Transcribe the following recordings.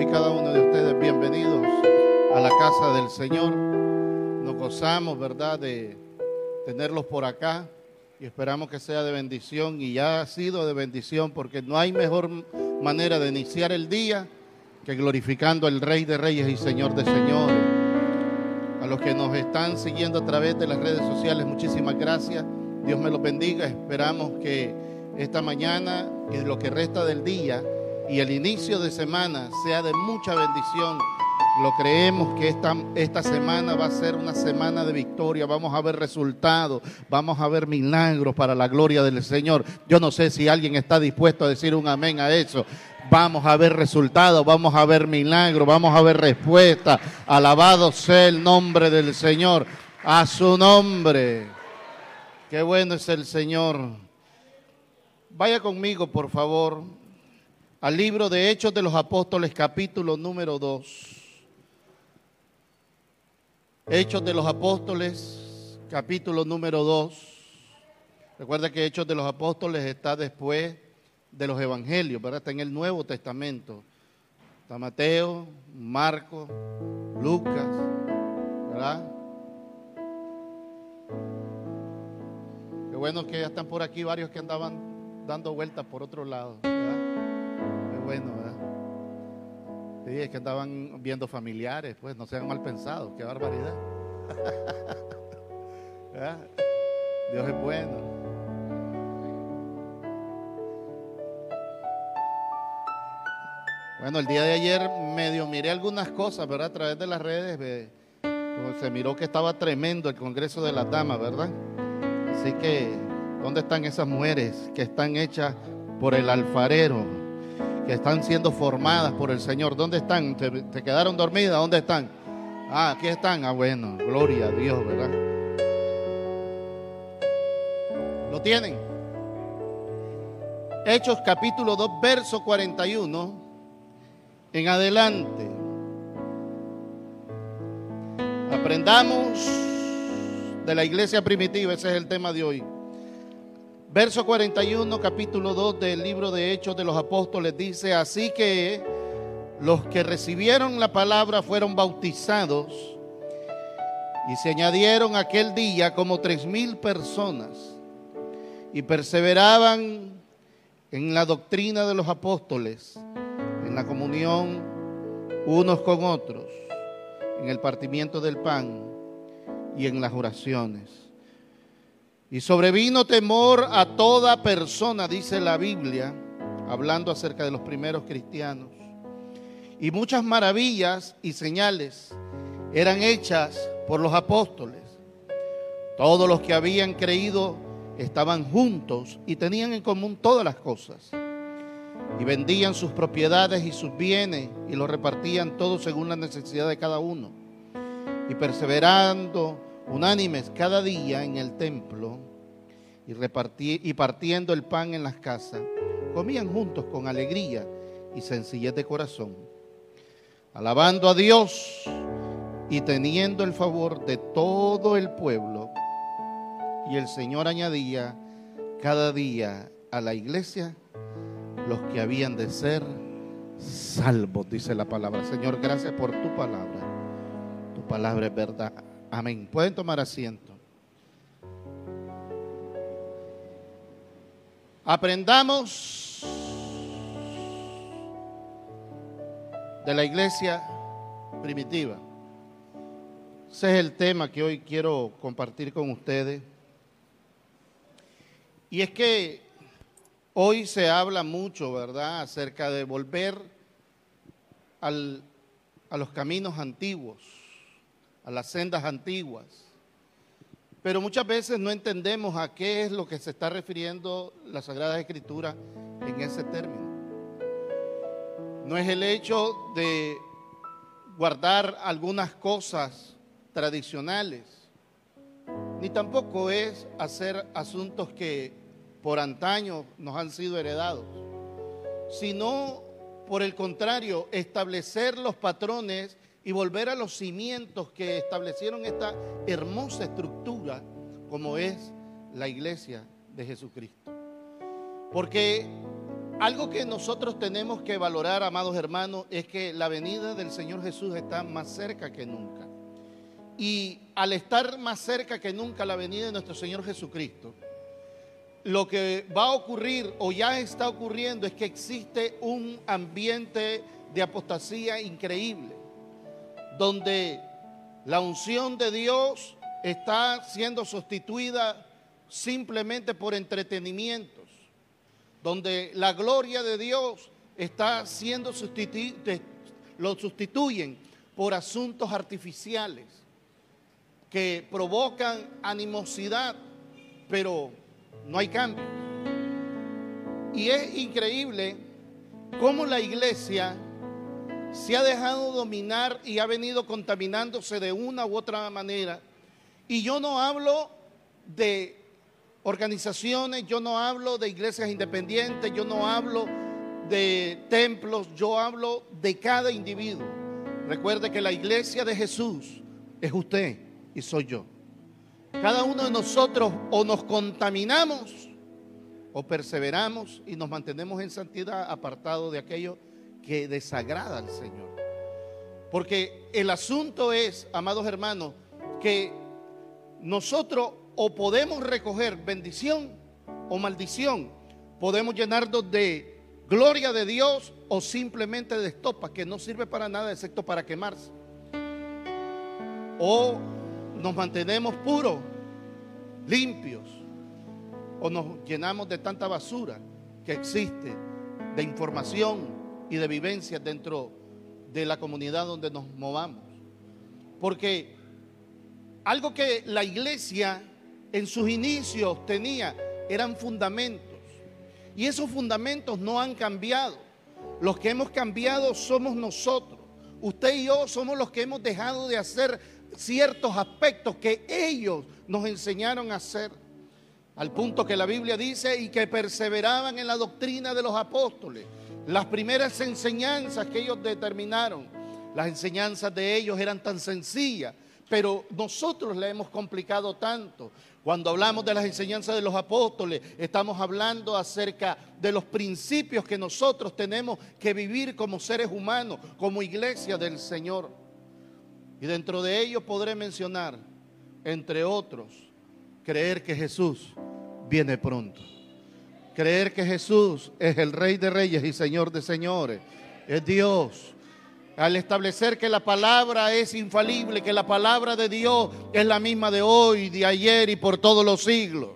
y cada uno de ustedes bienvenidos a la casa del Señor. Nos gozamos, ¿verdad?, de tenerlos por acá y esperamos que sea de bendición, y ya ha sido de bendición, porque no hay mejor manera de iniciar el día que glorificando al Rey de Reyes y Señor de Señores. A los que nos están siguiendo a través de las redes sociales, muchísimas gracias. Dios me los bendiga. Esperamos que esta mañana y lo que resta del día y el inicio de semana sea de mucha bendición. Lo creemos que esta semana va a ser una semana de victoria. Vamos a ver resultados, vamos a ver milagros para la gloria del Señor. Yo no sé si alguien está dispuesto a decir un amén a eso. Vamos a ver resultados, vamos a ver milagros, vamos a ver respuesta. Alabado sea el nombre del Señor, a su nombre. Qué bueno es el Señor. Vaya conmigo, por favor, al libro de Hechos de los Apóstoles, capítulo número 2. Hechos de los Apóstoles, capítulo número 2. Recuerda que Hechos de los Apóstoles está después de los Evangelios, ¿verdad? Está en el Nuevo Testamento. Está Mateo, Marcos, Lucas, ¿verdad? Qué bueno que ya están por aquí varios que andaban dando vueltas por otro lado, ¿verdad? Qué bueno, ¿verdad? Sí, es que andaban viendo familiares, pues no sean mal pensados, qué barbaridad. ¿Verdad? Dios es bueno. Bueno, el día de ayer medio miré algunas cosas, ¿verdad? A través de las redes, se miró que estaba tremendo el Congreso de las Damas, ¿verdad? Así que, ¿dónde están esas mujeres que están hechas por el alfarero, que están siendo formadas por el Señor? ¿Dónde están? ¿Te quedaron dormidas? ¿Dónde están? Ah, aquí están. Ah, bueno, gloria a Dios, ¿verdad? ¿Lo tienen? Hechos capítulo 2, verso 41 en adelante. Aprendamos de la iglesia primitiva, ese es el tema de hoy. Verso 41, capítulo 2 del libro de Hechos de los Apóstoles dice: así que los que recibieron la palabra fueron bautizados, y se añadieron aquel día como 3,000 personas, y perseveraban en la doctrina de los apóstoles, en la comunión unos con otros, en el partimiento del pan y en las oraciones. Y sobrevino temor a toda persona, dice la Biblia, hablando acerca de los primeros cristianos. Y muchas maravillas y señales eran hechas por los apóstoles. Todos los que habían creído estaban juntos y tenían en común todas las cosas. Y vendían sus propiedades y sus bienes y los repartían todos según la necesidad de cada uno. Y perseverando unánimes cada día en el templo y partiendo el pan en las casas, comían juntos con alegría y sencillez de corazón, alabando a Dios y teniendo el favor de todo el pueblo. Y el Señor añadía cada día a la iglesia los que habían de ser salvos, dice la palabra. Señor, gracias por tu palabra. Tu palabra es verdad. Amén. Pueden tomar asiento. Aprendamos de la iglesia primitiva. Ese es el tema que hoy quiero compartir con ustedes. Y es que hoy se habla mucho, ¿verdad?, acerca de volver a los caminos antiguos, a las sendas antiguas. Pero muchas veces no entendemos a qué es lo que se está refiriendo la Sagrada Escritura en ese término. No es el hecho de guardar algunas cosas tradicionales, ni tampoco es hacer asuntos que por antaño nos han sido heredados, sino por el contrario, establecer los patrones y volver a los cimientos que establecieron esta hermosa estructura como es la iglesia de Jesucristo. Porque Algo que nosotros tenemos que valorar, amados hermanos, es que la venida del Señor Jesús está más cerca que nunca. Y al estar más cerca que nunca la venida de nuestro Señor Jesucristo, lo que va a ocurrir o ya está ocurriendo es que existe un ambiente de apostasía increíble, donde la unción de Dios está siendo sustituida simplemente por entretenimientos, donde la gloria de Dios está siendo lo sustituyen por asuntos artificiales que provocan animosidad, pero no hay cambio. Y es increíble cómo la iglesia se ha dejado dominar y ha venido contaminándose de una u otra manera. Y yo no hablo de organizaciones, yo no hablo de iglesias independientes, yo no hablo de templos, yo hablo de cada individuo. Recuerde que la iglesia de Jesús es usted y soy yo. Cada uno de nosotros o nos contaminamos o perseveramos y nos mantenemos en santidad, apartados de aquello que desagrada al Señor. Porque el asunto es, amados hermanos, que nosotros o podemos recoger bendición o maldición, podemos llenarnos de gloria de Dios o simplemente de estopa que no sirve para nada excepto para quemarse. O nos mantenemos puros, limpios, o nos llenamos de tanta basura que existe, de información y de vivencias dentro de la comunidad donde nos movamos. Porque algo que la iglesia en sus inicios tenía eran fundamentos, y esos fundamentos no han cambiado. Los que hemos cambiado somos nosotros. Usted y yo somos los que hemos dejado de hacer ciertos aspectos que ellos nos enseñaron a hacer, al punto que la Biblia dice: y que perseveraban en la doctrina de los apóstoles. Las primeras enseñanzas que ellos determinaron, las enseñanzas de ellos eran tan sencillas, pero nosotros la hemos complicado tanto. Cuando hablamos de las enseñanzas de los apóstoles, estamos hablando acerca de los principios que nosotros tenemos que vivir como seres humanos, como iglesia del Señor. Y dentro de ellos podré mencionar, entre otros, creer que Jesús viene pronto. Creer que Jesús es el Rey de Reyes y Señor de Señores. Es Dios. Al establecer que la palabra es infalible, que la palabra de Dios es la misma de hoy, de ayer y por todos los siglos.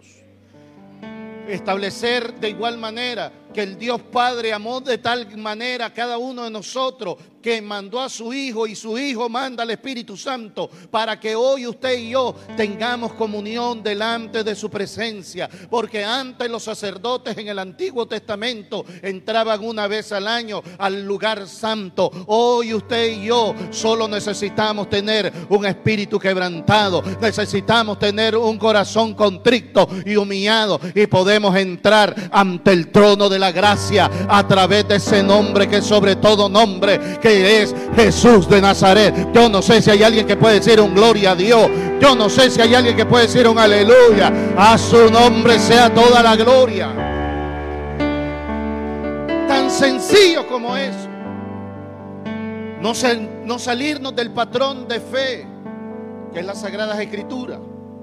Establecer de igual manera que el Dios Padre amó de tal manera a cada uno de nosotros que mandó a su Hijo, y su Hijo manda al Espíritu Santo para que hoy usted y yo tengamos comunión delante de su presencia. Porque antes los sacerdotes en el Antiguo Testamento entraban una vez al año al lugar santo. Hoy usted y yo solo necesitamos tener un espíritu quebrantado, necesitamos tener un corazón contrito y humillado, y podemos entrar ante el trono de la gracia a través de ese nombre que es sobre todo nombre, que es Jesús de Nazaret. Yo no sé si hay alguien que puede decir un gloria a Dios. Yo no sé si hay alguien que puede decir un aleluya. A su nombre sea toda la gloria. Tan sencillo como eso. No salirnos del patrón de fe que es las Sagradas Escrituras.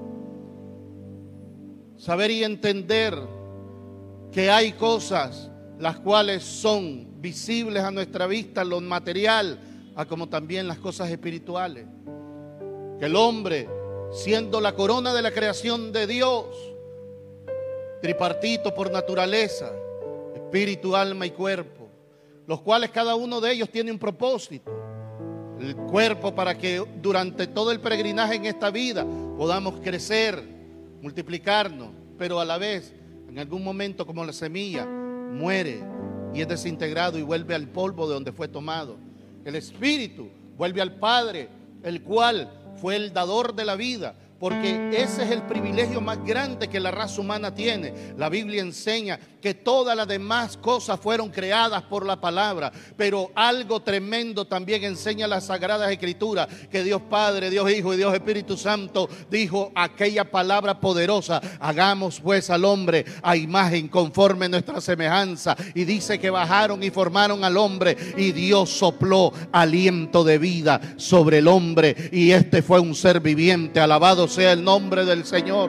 Saber y entender que hay cosas las cuales son visibles a nuestra vista, lo material, como también las cosas espirituales. Que el hombre, siendo la corona de la creación de Dios, tripartito por naturaleza, espíritu, alma y cuerpo, los cuales cada uno de ellos tiene un propósito. El cuerpo para que durante todo el peregrinaje en esta vida podamos crecer, multiplicarnos, pero a la vez en algún momento, como la semilla, muere y es desintegrado y vuelve al polvo de donde fue tomado. El espíritu vuelve al Padre, el cual fue el dador de la vida, porque ese es el privilegio más grande que la raza humana tiene. La Biblia enseña que todas las demás cosas fueron creadas por la palabra, pero algo tremendo también enseña las Sagradas Escrituras, que Dios Padre, Dios Hijo y Dios Espíritu Santo dijo aquella palabra poderosa: hagamos pues al hombre a imagen conforme nuestra semejanza. Y dice que bajaron y formaron al hombre, y Dios sopló aliento de vida sobre el hombre, y este fue un ser viviente. Alabado sea el nombre del Señor,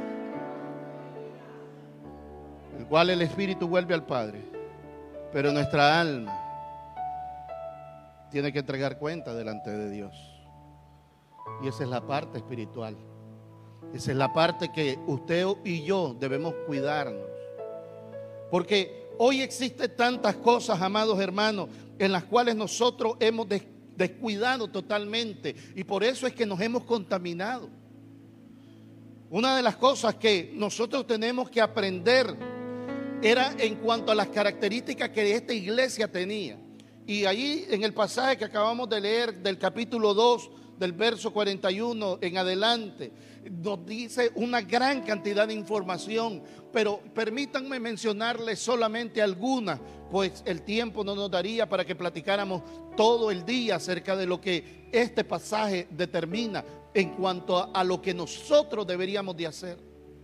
el cual el Espíritu vuelve al Padre, pero nuestra alma tiene que entregar cuenta delante de Dios. Y esa es la parte espiritual, esa es la parte que usted y yo debemos cuidarnos, porque hoy existen tantas cosas, amados hermanos, en las cuales nosotros hemos descuidado totalmente, y por eso es que nos hemos contaminado. Una de las cosas que nosotros tenemos que aprender era en cuanto a las características que esta iglesia tenía. Y ahí en el pasaje que acabamos de leer del capítulo 2, del verso 41 en adelante, nos dice una gran cantidad de información, pero permítanme mencionarles solamente algunas, pues el tiempo no nos daría para que platicáramos todo el día acerca de lo que este pasaje determina en cuanto a lo que nosotros deberíamos de hacer.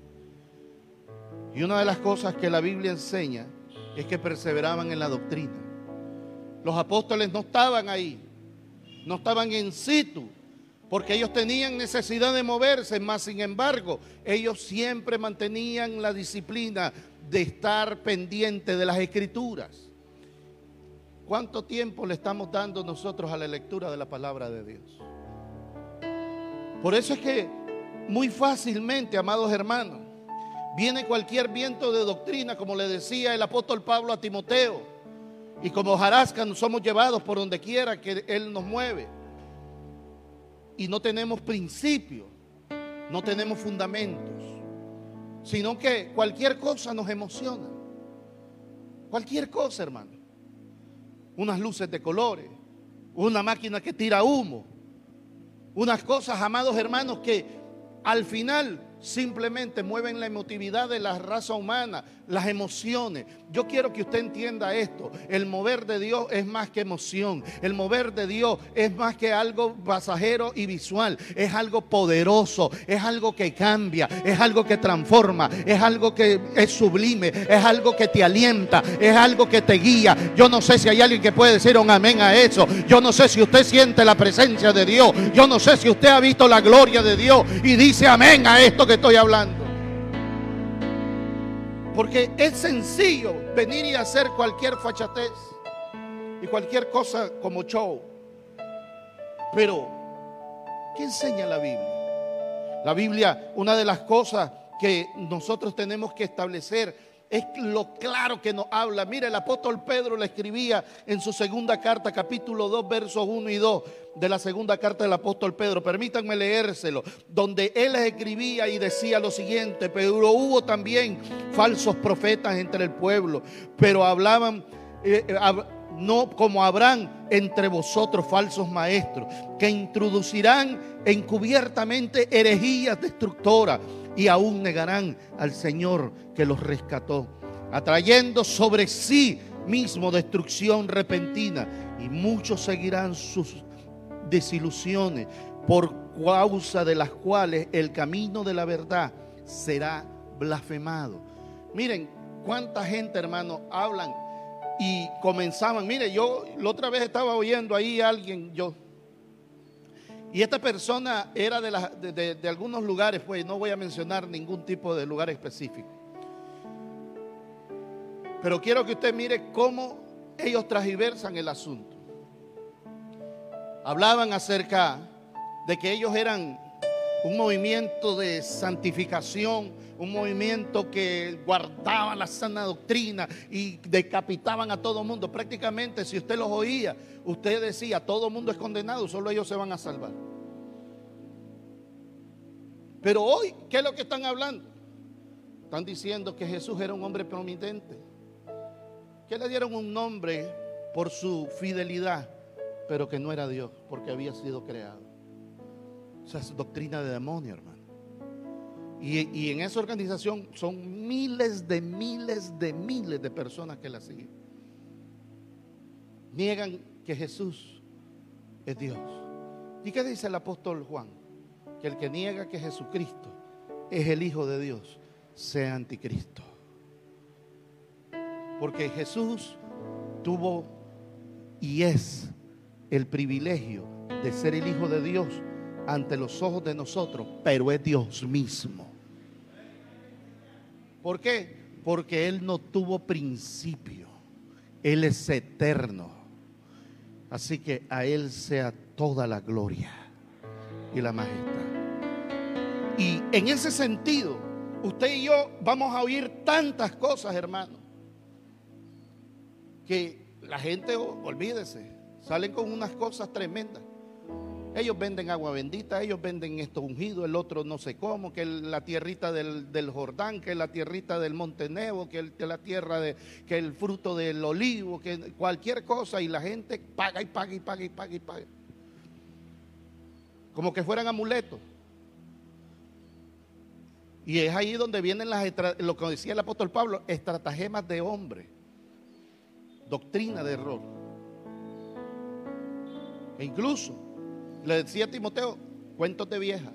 Y una de las cosas que la Biblia enseña es que perseveraban en la doctrina. Los apóstoles no estaban ahí, no estaban in situ, porque ellos tenían necesidad de moverse, mas sin embargo, ellos siempre mantenían la disciplina de estar pendiente de las Escrituras. ¿Cuánto tiempo le estamos dando nosotros a la lectura de la palabra de Dios? Por eso es que muy fácilmente, amados hermanos, viene cualquier viento de doctrina, como le decía el apóstol Pablo a Timoteo, y como hojarasca nos somos llevados por donde quiera que Él nos mueve. Y no tenemos principios, no tenemos fundamentos, sino que cualquier cosa nos emociona. Cualquier cosa, hermano. Unas luces de colores, una máquina que tira humo, unas cosas, amados hermanos, que al final simplemente mueven la emotividad de la raza humana, las emociones. Yo quiero que usted entienda esto: el mover de Dios es más que emoción, el mover de Dios es más que algo pasajero y visual, es algo poderoso, es algo que cambia, es algo que transforma, es algo que es sublime, es algo que te alienta, es algo que te guía. Yo no sé si hay alguien que puede decir un amén a eso. Yo no sé si usted siente la presencia de Dios, yo no sé si usted ha visto la gloria de Dios y dice amén a esto que estoy hablando. Porque es sencillo venir y hacer cualquier fachatez y cualquier cosa como show. Pero, ¿qué enseña la Biblia? La Biblia, una de las cosas que nosotros tenemos que establecer es lo claro que nos habla. Mire, el apóstol Pedro le escribía en su segunda carta, capítulo 2, versos 1 y 2 de la segunda carta del apóstol Pedro. Permítanme leérselo, donde él les escribía y decía lo siguiente: pero hubo también falsos profetas entre el pueblo, pero hablaban no como habrán entre vosotros falsos maestros, que introducirán encubiertamente herejías destructoras, y aún negarán al Señor que los rescató, atrayendo sobre sí mismo destrucción repentina, y muchos seguirán sus desilusiones, por causa de las cuales el camino de la verdad será blasfemado. Miren cuánta gente, hermano, hablan y comenzaban. Mire, yo la otra vez estaba oyendo ahí a alguien, y esta persona era de algunos lugares, pues no voy a mencionar ningún tipo de lugar específico, pero quiero que usted mire cómo ellos transversan el asunto. Hablaban acerca de que ellos eran un movimiento de santificación, un movimiento que guardaba la sana doctrina y decapitaban a todo mundo. Prácticamente, si usted los oía, usted decía: todo mundo es condenado, solo ellos se van a salvar. Pero hoy, ¿qué es lo que están hablando? Están diciendo que Jesús era un hombre prominente, que le dieron un nombre por su fidelidad, pero que no era Dios, porque había sido creado. O sea, es doctrina de demonio, hermano. Y en esa organización son miles de personas que la siguen. Niegan que Jesús es Dios. ¿Y qué dice el apóstol Juan? Que el que niega que Jesucristo es el Hijo de Dios sea anticristo. Porque Jesús tuvo y es el privilegio de ser el Hijo de Dios ante los ojos de nosotros, pero es Dios mismo. ¿Por qué? Porque Él no tuvo principio, Él es eterno. Así que a Él sea toda la gloria y la majestad. Y en ese sentido, usted y yo vamos a oír tantas cosas, hermano, que la gente, olvídese, salen con unas cosas tremendas. Ellos venden agua bendita, ellos venden esto ungido, el otro no sé cómo, que la tierrita del Jordán, que la tierrita del Monte Nebo, que la tierra que el fruto del olivo, que cualquier cosa, y la gente paga y paga y paga y paga y paga. Como que fueran amuletos. Y es ahí donde vienen lo que decía el apóstol Pablo, estratagemas de hombre, doctrina de error. E incluso le decía a Timoteo, cuentos de viejas,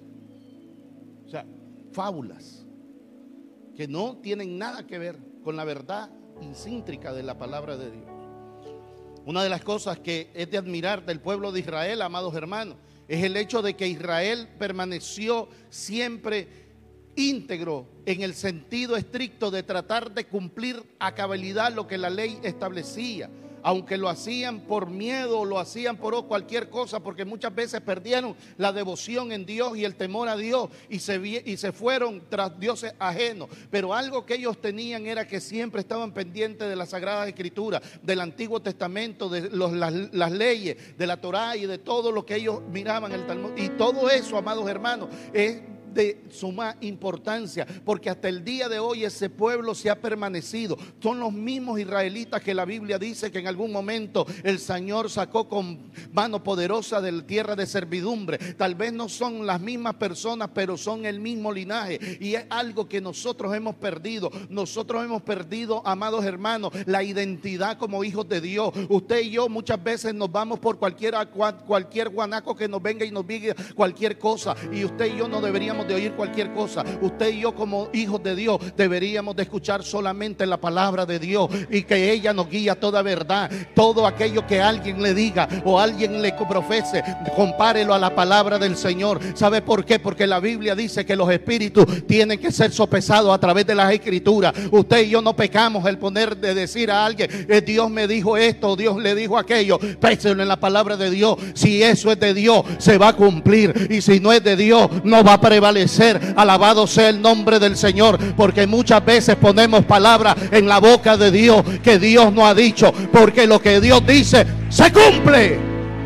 o sea, fábulas que no tienen nada que ver con la verdad intrínseca de la palabra de Dios. Una de las cosas que es de admirar del pueblo de Israel, amados hermanos, es el hecho de que Israel permaneció siempre íntegro en el sentido estricto de tratar de cumplir a cabalidad lo que la ley establecía, aunque lo hacían por miedo, lo hacían por cualquier cosa, porque muchas veces perdieron la devoción en Dios y el temor a Dios y se fueron tras dioses ajenos. Pero algo que ellos tenían era que siempre estaban pendientes de la Sagrada Escritura, del Antiguo Testamento, de las leyes, de la Torá y de todo lo que ellos miraban en el Talmud. Y todo eso, amados hermanos, es de suma importancia, porque hasta el día de hoy ese pueblo se ha permanecido. Son los mismos israelitas que la Biblia dice que en algún momento el Señor sacó con mano poderosa de la tierra de servidumbre. Tal vez no son las mismas personas, pero son el mismo linaje, y es algo que nosotros hemos perdido. Nosotros hemos perdido, amados hermanos, la identidad como hijos de Dios. Usted y yo muchas veces nos vamos por cualquier guanaco que nos venga y nos diga cualquier cosa, y usted y yo no deberíamos de oír cualquier cosa. Usted y yo como hijos de Dios deberíamos de escuchar solamente la palabra de Dios, y que ella nos guía a toda verdad. Todo aquello que alguien le diga o alguien le profese, compárelo a la palabra del Señor. ¿Sabe por qué? Porque la Biblia dice que los espíritus tienen que ser sopesados a través de las Escrituras. Usted y yo no pecamos el poner de decir a alguien, Dios me dijo esto, Dios le dijo aquello. Péselo en la palabra de Dios. Si eso es de Dios, se va a cumplir, y si no es de Dios, no va a prevalecer. Alabado sea el nombre del Señor, porque muchas veces ponemos palabras en la boca de Dios que Dios no ha dicho, porque lo que Dios dice se cumple.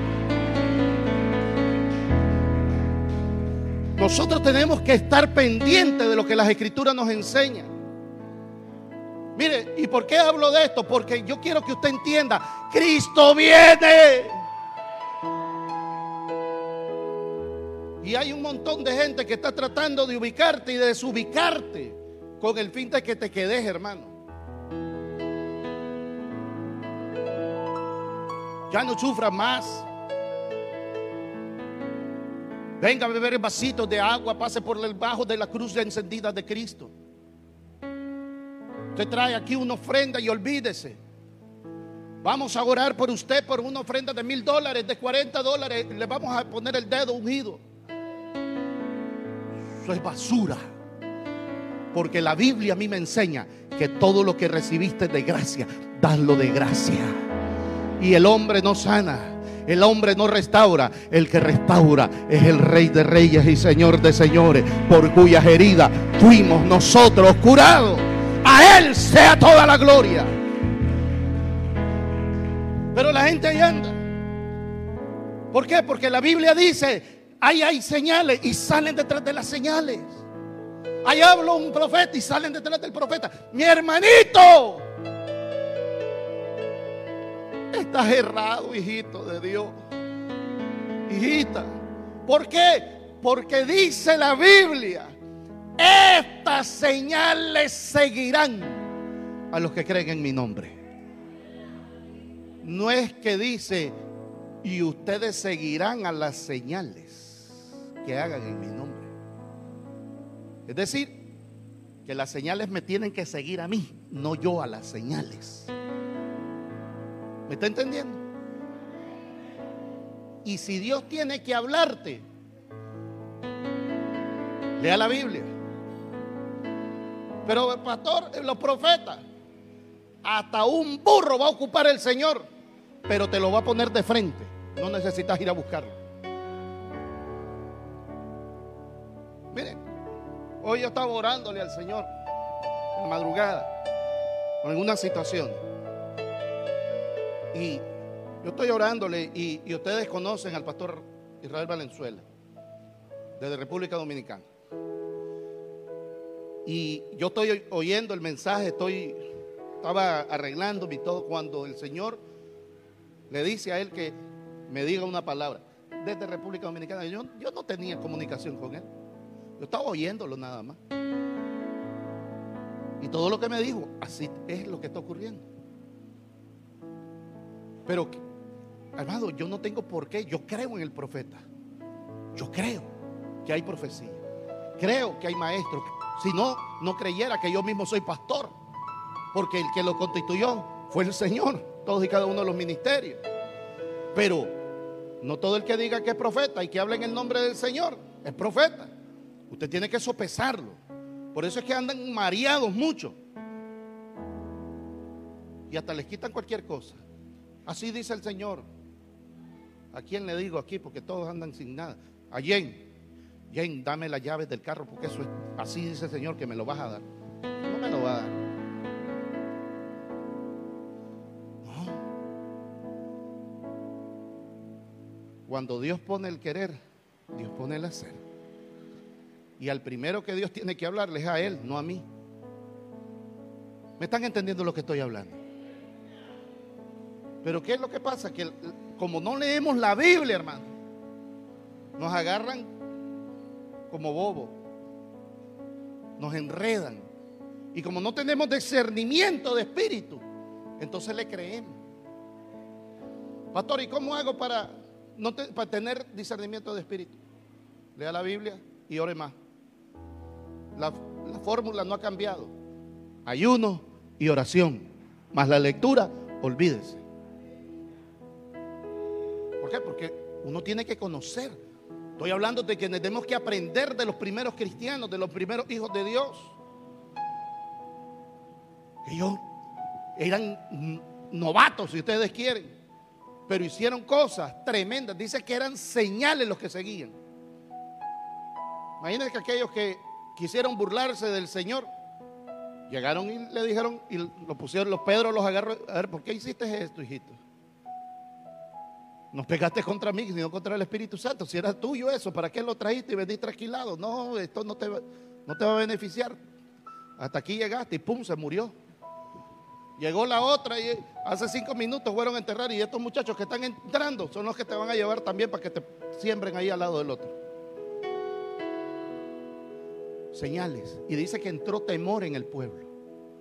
Nosotros tenemos que estar pendientes de lo que las Escrituras nos enseñan. Mire, ¿y por qué hablo de esto? Porque yo quiero que usted entienda, Cristo viene. Y hay un montón de gente que está tratando de ubicarte y de desubicarte con el fin de que te quedes, hermano. Ya no sufras más. Venga a beber vasitos de agua, pase por debajo de la cruz encendida de Cristo. Usted trae aquí una ofrenda y olvídese. Vamos a orar por usted por una ofrenda de $1,000, de $40. Le vamos a poner el dedo ungido. Eso es basura. Porque la Biblia a mí me enseña que todo lo que recibiste de gracia, dadlo de gracia. Y el hombre no sana, el hombre no restaura. El que restaura es el Rey de Reyes y Señor de Señores, por cuyas heridas fuimos nosotros curados. A Él sea toda la gloria. Pero la gente ahí anda. ¿Por qué? Porque la Biblia dice, ahí hay señales y salen detrás de las señales. Ahí habla un profeta y salen detrás del profeta. Mi hermanito, estás errado, hijito de Dios, hijita. ¿Por qué? Porque dice la Biblia estas señales seguirán a los que creen en mi nombre. No es que dice, y ustedes seguirán a las señales que hagan en mi nombre. Es decir, que las señales me tienen que seguir a mí, no yo a las señales. ¿Me está entendiendo? Y si Dios tiene que hablarte, lea la Biblia. Pero pastor, los profetas, hasta un burro va a ocupar el Señor, pero te lo va a poner de frente. No necesitas ir a buscarlo. Miren, hoy yo estaba orándole al Señor en la madrugada con alguna situación. Y yo estoy orándole y ustedes conocen al pastor Israel Valenzuela, desde República Dominicana. Y yo estoy oyendo el mensaje, estaba arreglándome y todo, cuando el Señor le dice a él que me diga una palabra desde República Dominicana. Yo no tenía comunicación con él, yo estaba oyéndolo nada más. Y todo lo que me dijo, así es lo que está ocurriendo. Pero, hermano, yo no tengo por qué. Yo creo en el profeta. Yo creo que hay profecía. Creo que hay maestros. Si no, no creyera que yo mismo soy pastor. Porque el que lo constituyó fue el Señor. Todos y cada uno de los ministerios. Pero no todo el que diga que es profeta y que hable en el nombre del Señor es profeta. Usted tiene que sopesarlo. Por eso es que andan mareados mucho. Y hasta les quitan cualquier cosa. Así dice el Señor. ¿A quién le digo aquí? Porque todos andan sin nada. A Jane, dame las llaves del carro, porque eso es, así dice el Señor que me lo vas a dar. No me lo va a dar. No. Cuando Dios pone el querer, Dios pone el hacer. Y al primero que Dios tiene que hablarle es a Él, no a mí. ¿Me están entendiendo lo que estoy hablando? Pero ¿qué es lo que pasa? Que como no leemos la Biblia, hermano, nos agarran como bobos, nos enredan. Y como no tenemos discernimiento de espíritu, entonces le creemos. Pastor, ¿y cómo hago para tener discernimiento de espíritu? Lea la Biblia y ore más. La fórmula no ha cambiado. Ayuno y oración, más la lectura, olvídese. ¿Por qué? Porque uno tiene que conocer. Estoy hablando de que tenemos que aprender de los primeros cristianos, de los primeros hijos de Dios. Ellos eran novatos, si ustedes quieren, pero hicieron cosas tremendas. Dice que eran señales los que seguían. Imagínense que aquellos que quisieron burlarse del Señor llegaron y le dijeron, y lo pusieron, Pedro los agarró. A ver, ¿por qué hiciste esto, hijito? Nos pegaste contra mí, sino contra el Espíritu Santo. Si era tuyo eso, ¿para qué lo trajiste y veniste trasquilado? No, esto no te va a beneficiar. Hasta aquí llegaste y pum, se murió. Llegó la otra y hace 5 minutos fueron a enterrar. Y estos muchachos que están entrando son los que te van a llevar también para que te siembren ahí al lado del otro. Señales. Y dice que entró temor en el pueblo.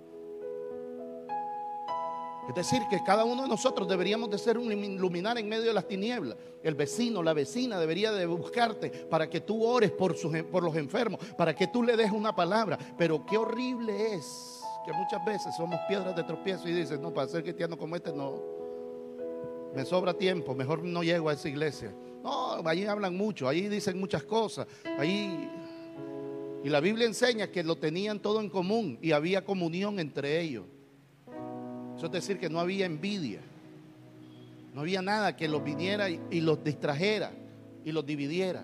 Es decir, que cada uno de nosotros deberíamos de ser un luminar en medio de las tinieblas. El vecino, la vecina debería de buscarte para que tú ores por los enfermos, para que tú le des una palabra. Pero qué horrible es que muchas veces somos piedras de tropiezo y dices, no, para ser cristiano como este no, me sobra tiempo, mejor no llego a esa iglesia. No, allí hablan mucho, ahí dicen muchas cosas, ahí... Y la Biblia enseña que lo tenían todo en común y había comunión entre ellos. Eso es decir, que no había envidia, no había nada que los viniera y los distrajera y los dividiera.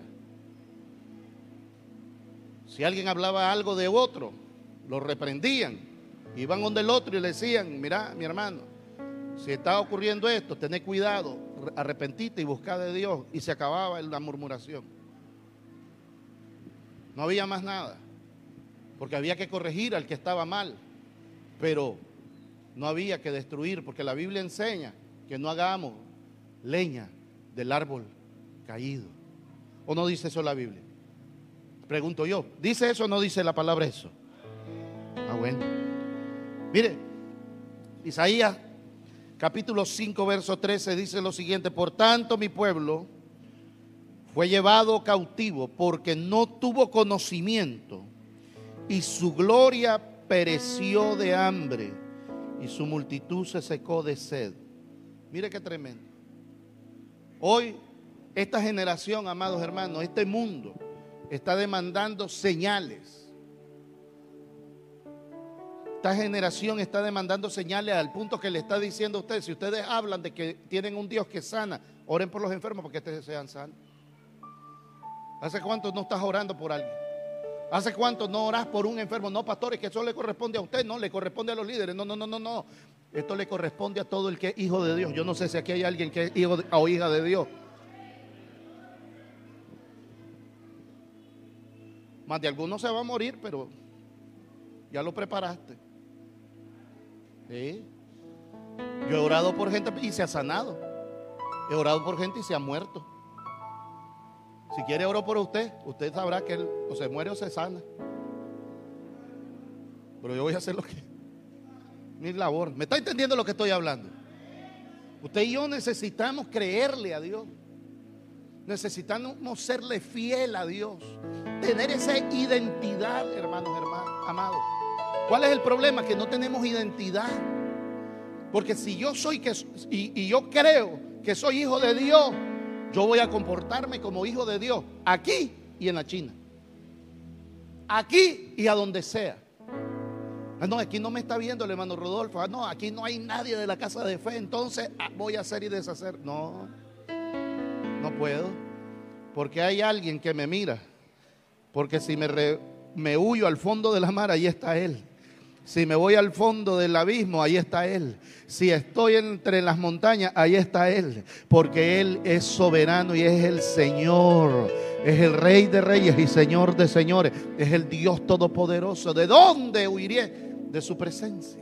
Si alguien hablaba algo de otro, lo reprendían, iban donde el otro y le decían, mira, mi hermano, si está ocurriendo esto, tened cuidado, arrepentite y buscad de Dios. Y se acababa la murmuración. No había más nada, porque había que corregir al que estaba mal, pero no había que destruir, porque la Biblia enseña que no hagamos leña del árbol caído. ¿O no dice eso la Biblia? Pregunto yo, ¿dice eso o no dice la palabra eso? Ah, bueno. Mire, Isaías capítulo 5, verso 13 dice lo siguiente: por tanto mi pueblo fue llevado cautivo porque no tuvo conocimiento, y su gloria pereció de hambre, y su multitud se secó de sed. Mire qué tremendo. Hoy, esta generación, amados hermanos, este mundo está demandando señales. Esta generación está demandando señales al punto que le está diciendo a ustedes: si ustedes hablan de que tienen un Dios que sana, oren por los enfermos porque ustedes sean sanos. ¿Hace cuánto no estás orando por alguien? ¿Hace cuánto no orás por un enfermo? No, pastores, que eso le corresponde a usted, no, le corresponde a los líderes. No. Esto le corresponde a todo el que es hijo de Dios. Yo no sé si aquí hay alguien que es hijo o hija de Dios. Más de algunos se va a morir, pero ya lo preparaste. ¿Sí? Yo he orado por gente y se ha sanado. He orado por gente y se ha muerto. Si quiere oro por usted, usted sabrá que él o se muere o se sana. Pero yo voy a hacer lo que mi labor. ¿Me está entendiendo lo que estoy hablando? Usted y yo necesitamos creerle a Dios. Necesitamos serle fiel a Dios. Tener esa identidad, hermanos, amados. ¿Cuál es el problema? Que no tenemos identidad. Porque si yo soy y yo creo que soy hijo de Dios, yo voy a comportarme como hijo de Dios aquí y en la China, aquí y a donde sea. No, aquí no me está viendo el hermano Rodolfo. No, aquí no hay nadie de la casa de fe, entonces voy a hacer y deshacer. No puedo, porque hay alguien que me mira. Porque si me huyo al fondo de la mar, ahí está Él. Si me voy al fondo del abismo, ahí está Él. Si estoy entre las montañas, ahí está Él. Porque Él es soberano y es el Señor. Es el Rey de reyes y Señor de señores. Es el Dios todopoderoso. ¿De dónde huiré? De su presencia.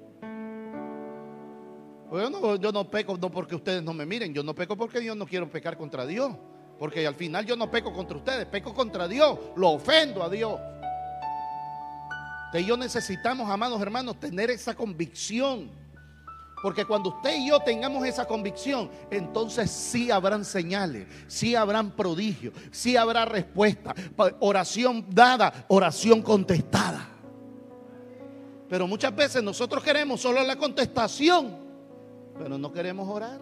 Yo no peco no porque ustedes no me miren. Yo no peco porque yo no quiero pecar contra Dios. Porque al final yo no peco contra ustedes, peco contra Dios. Lo ofendo a Dios. Usted y yo necesitamos, amados hermanos, tener esa convicción. Porque cuando usted y yo tengamos esa convicción, entonces sí habrán señales, sí habrán prodigios, sí habrá respuesta. Oración dada, oración contestada. Pero muchas veces nosotros queremos solo la contestación, pero no queremos orar.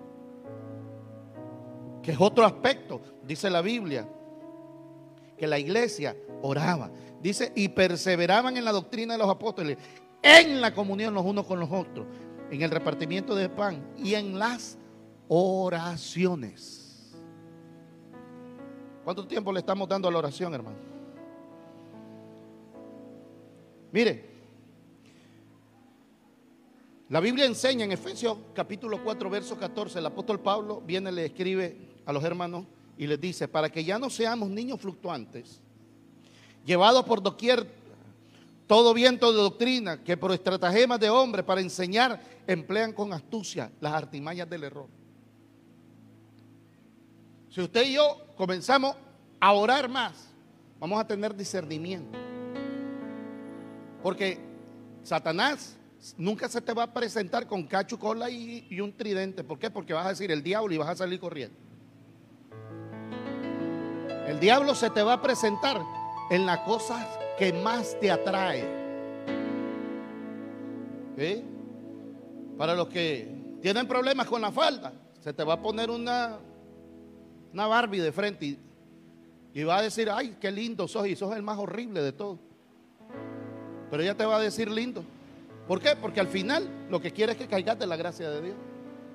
Que es otro aspecto. Dice la Biblia que la iglesia oraba. Dice, y perseveraban en la doctrina de los apóstoles, en la comunión los unos con los otros, en el repartimiento de pan y en las oraciones. ¿Cuánto tiempo le estamos dando a la oración, hermano? Mire, la Biblia enseña en Efesios capítulo 4, verso 14, el apóstol Pablo viene y le escribe a los hermanos y les dice: para que ya no seamos niños fluctuantes, llevados por doquier todo viento de doctrina, que por estratagemas de hombres para enseñar emplean con astucia las artimañas del error. Si usted y yo comenzamos a orar más, vamos a tener discernimiento. Porque Satanás nunca se te va a presentar con cacho, cola y un tridente. ¿Por qué? Porque vas a decir el diablo y vas a salir corriendo. El diablo se te va a presentar en las cosas que más te atrae. ¿Sí? Para los que tienen problemas con la falda, se te va a poner una Barbie de frente y va a decir: ay, qué lindo sos, y sos el más horrible de todos. Pero ella te va a decir lindo. ¿Por qué? Porque al final lo que quiere es que caigas de la gracia de Dios.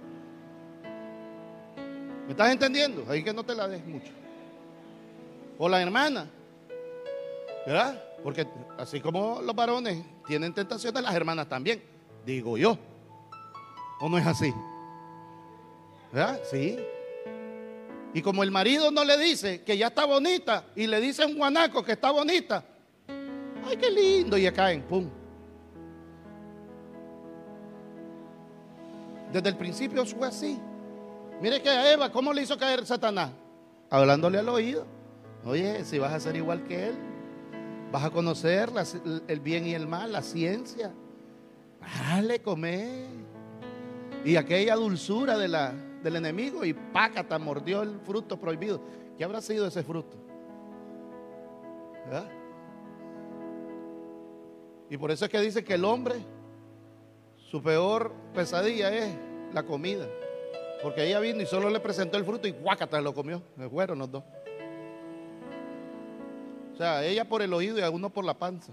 ¿Me estás entendiendo? Ahí que no te la des mucho. O la hermana, ¿verdad? Porque así como los varones tienen tentaciones, las hermanas también, digo yo. ¿O no es así? ¿Verdad? Sí. Y como el marido no le dice que ya está bonita y le dice a un guanaco que está bonita, ay, qué lindo, y ya caen, pum. Desde el principio fue así. Mire que a Eva, ¿cómo le hizo caer Satanás? Hablándole al oído. Oye, si vas a ser igual que Él, vas a conocer el bien y el mal, la ciencia. Dale, come. Y aquella dulzura del enemigo, y pácata, mordió el fruto prohibido. ¿Qué habrá sido ese fruto? ¿Verdad? Y por eso es que dice que el hombre, su peor pesadilla es la comida. Porque ella vino y solo le presentó el fruto y guácata lo comió. Me fueron los dos. O sea, ella por el oído y a uno por la panza.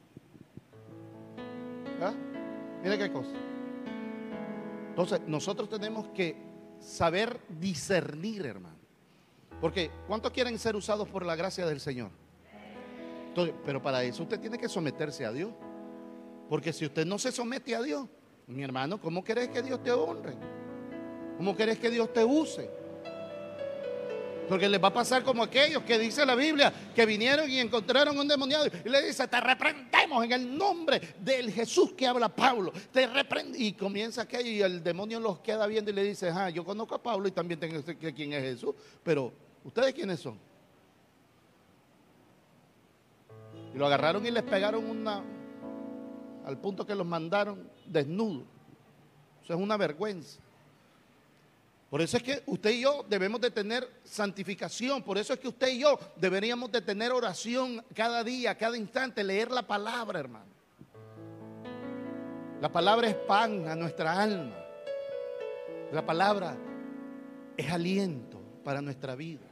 ¿Verdad? Mire qué cosa. Entonces, nosotros tenemos que saber discernir, hermano. Porque ¿cuántos quieren ser usados por la gracia del Señor? Entonces, pero para eso usted tiene que someterse a Dios. Porque si usted no se somete a Dios, mi hermano, ¿cómo querés que Dios te honre? ¿Cómo querés que Dios te use? Porque les va a pasar como aquellos que dice la Biblia, que vinieron y encontraron un endemoniado y le dice: te reprendemos en el nombre del Jesús que habla Pablo. Te reprende. Y comienza aquello y el demonio los queda viendo y le dice: yo conozco a Pablo y también tengo que saber quién es Jesús. Pero, ¿ustedes quiénes son? Y lo agarraron y les pegaron al punto que los mandaron desnudos. Eso es una vergüenza. Por eso es que usted y yo debemos de tener santificación. Por eso es que usted y yo deberíamos de tener oración cada día, cada instante, leer la palabra, hermano. La palabra es pan a nuestra alma. La palabra es aliento para nuestra vida.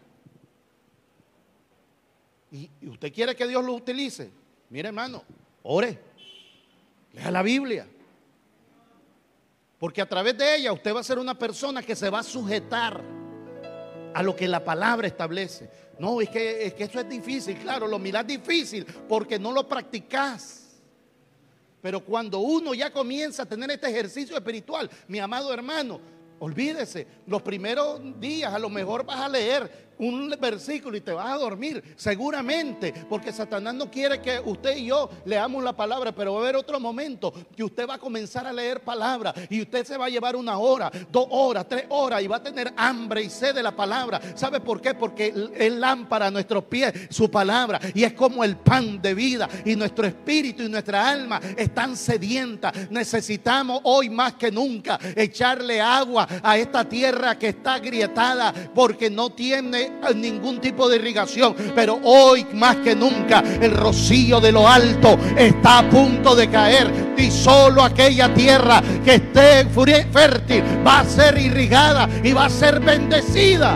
¿Y usted quiere que Dios lo utilice? Mire, hermano, ore, lea la Biblia. Porque a través de ella usted va a ser una persona que se va a sujetar a lo que la palabra establece. No, es que eso es difícil. Claro, lo mirás difícil porque no lo practicás. Pero cuando uno ya comienza a tener este ejercicio espiritual, mi amado hermano, olvídese, los primeros días a lo mejor vas a leer un versículo y te vas a dormir, seguramente, porque Satanás no quiere que usted y yo leamos la palabra. Pero va a haber otro momento que usted va a comenzar a leer palabra y usted se va a llevar 1 hora, 2 horas, 3 horas y va a tener hambre y sed de la palabra. ¿Sabe por qué? Porque es lámpara a nuestros pies su palabra, y es como el pan de vida, y nuestro espíritu y nuestra alma están sedientas. Necesitamos hoy más que nunca echarle agua a esta tierra que está agrietada porque no tiene ningún tipo de irrigación. Pero hoy más que nunca el rocío de lo alto está a punto de caer, y solo aquella tierra que esté fértil va a ser irrigada y va a ser bendecida.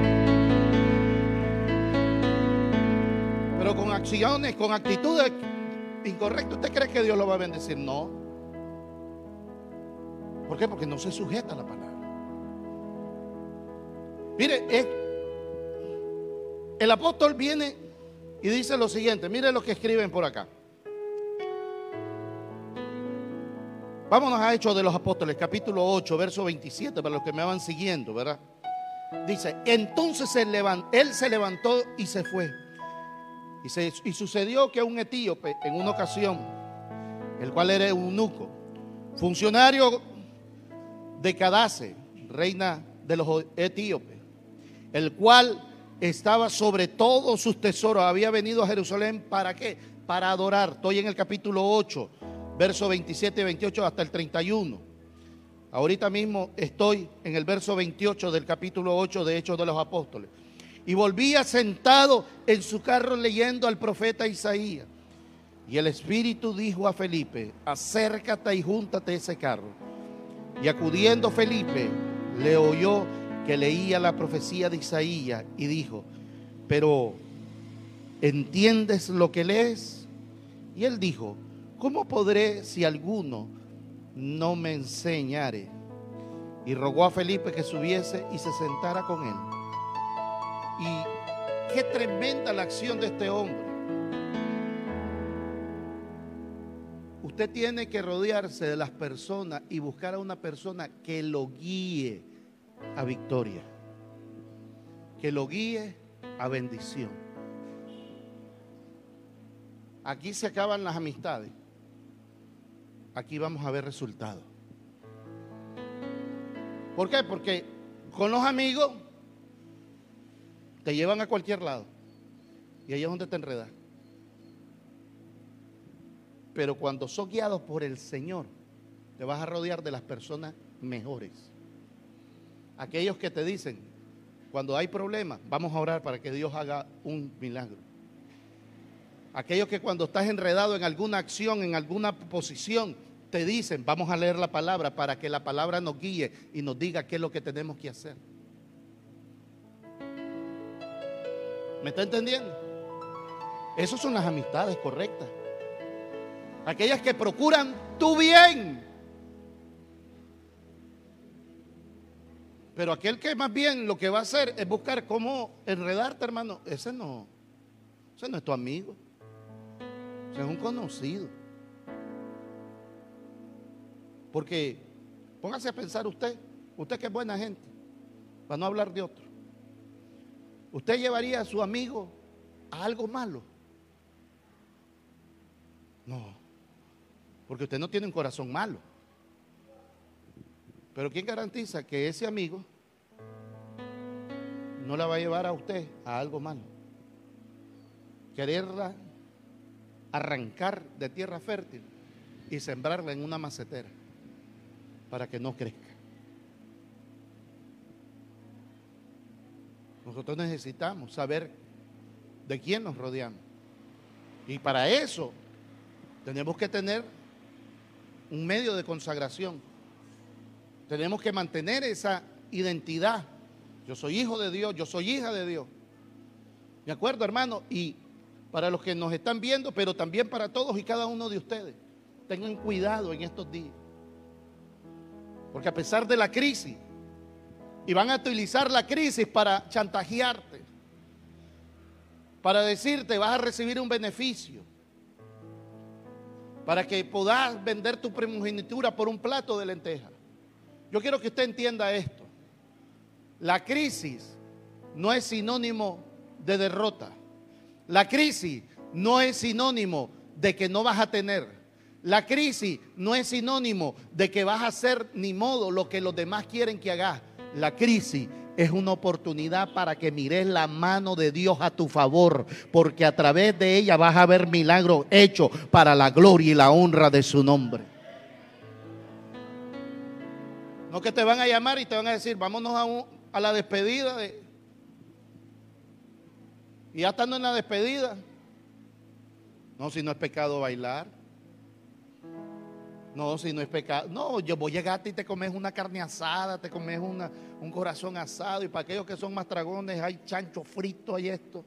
Pero con acciones, con actitudes incorrectas, ¿usted cree que Dios lo va a bendecir? No. ¿Por qué? Porque no se sujeta a la palabra. Mire, el apóstol viene y dice lo siguiente. Mire lo que escriben por acá. Vámonos a Hechos de los Apóstoles, capítulo 8, verso 27, para los que me van siguiendo, ¿verdad? Dice: entonces él se levantó y se fue. Y sucedió que un etíope, en una ocasión, el cual era eunuco, funcionario de Cadace, reina de los etíopes, el cual estaba sobre todos sus tesoros, había venido a Jerusalén, ¿para qué? Para adorar. Estoy en el capítulo 8, verso 27 y 28 hasta el 31. Ahorita mismo estoy en el verso 28 del capítulo 8 de Hechos de los Apóstoles. Y volvía sentado en su carro leyendo al profeta Isaías. Y el Espíritu dijo a Felipe: acércate y júntate a ese carro. Y acudiendo Felipe, le oyó que leía la profecía de Isaías y dijo: pero ¿entiendes lo que lees? Y él dijo: ¿cómo podré si alguno no me enseñare? Y rogó a Felipe que subiese y se sentara con él. Y qué tremenda la acción de este hombre. Usted tiene que rodearse de las personas y buscar a una persona que lo guíe a victoria, que lo guíe a bendición. Aquí se acaban las amistades, aquí vamos a ver resultados. ¿Por qué? Porque con los amigos te llevan a cualquier lado. Y ahí es donde te enredas. Pero cuando sos guiados por el Señor, te vas a rodear de las personas mejores. Aquellos que te dicen, cuando hay problemas, vamos a orar para que Dios haga un milagro. Aquellos que cuando estás enredado en alguna acción, en alguna posición, te dicen, vamos a leer la palabra para que la palabra nos guíe y nos diga qué es lo que tenemos que hacer. ¿Me está entendiendo? Esas son las amistades correctas. Aquellas que procuran tu bien. Pero aquel que más bien lo que va a hacer es buscar cómo enredarte, hermano, ese no es tu amigo. Ese es un conocido. Porque póngase a pensar usted que es buena gente, para no hablar de otro. ¿Usted llevaría a su amigo a algo malo? No, porque usted no tiene un corazón malo. Pero ¿quién garantiza que ese amigo no la va a llevar a usted a algo malo? Quererla arrancar de tierra fértil y sembrarla en una macetera para que no crezca. Nosotros necesitamos saber de quién nos rodeamos. Y para eso tenemos que tener un medio de consagración. Tenemos que mantener esa identidad. Yo soy hijo de Dios, yo soy hija de Dios. ¿De acuerdo, hermano? Y para los que nos están viendo, pero también para todos y cada uno de ustedes, tengan cuidado en estos días. Porque a pesar de la crisis, y van a utilizar la crisis para chantajearte, para decirte vas a recibir un beneficio, para que puedas vender tu primogenitura por un plato de lentejas. Yo quiero que usted entienda esto. La crisis no es sinónimo de derrota. La crisis no es sinónimo de que no vas a tener. La crisis no es sinónimo de que vas a hacer ni modo lo que los demás quieren que hagas. La crisis es una oportunidad para que mires la mano de Dios a tu favor, porque a través de ella vas a ver milagros hechos para la gloria y la honra de su nombre. No que te van a llamar y te van a decir, vámonos a la despedida y ya estando en la despedida. No, si no es pecado bailar. No, si no es pecado. No, yo voy a llegarte y te comes una carne asada, te comes un corazón asado. Y para aquellos que son más dragones, hay chancho frito, hay esto.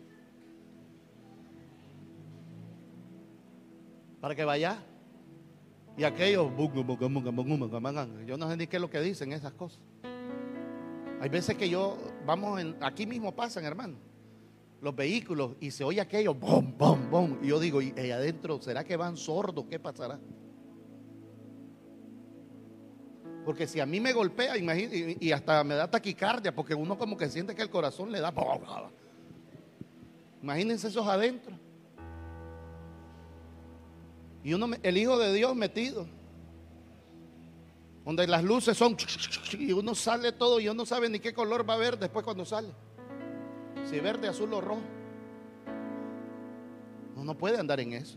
Para que vayas. Y aquellos, yo no sé ni qué es lo que dicen esas cosas. Hay veces que aquí mismo pasan, hermano, los vehículos y se oye aquello, bom, bom, bom. Y yo digo, ¿y adentro será que van sordos? ¿Qué pasará? Porque si a mí me golpea, imagínate, y hasta me da taquicardia, porque uno como que siente que el corazón le da. Imagínense esos adentro. Y el Hijo de Dios metido, donde las luces son, y uno sale todo y uno no sabe ni qué color va a ver después cuando sale. Si verde, azul o rojo. No puede andar en eso.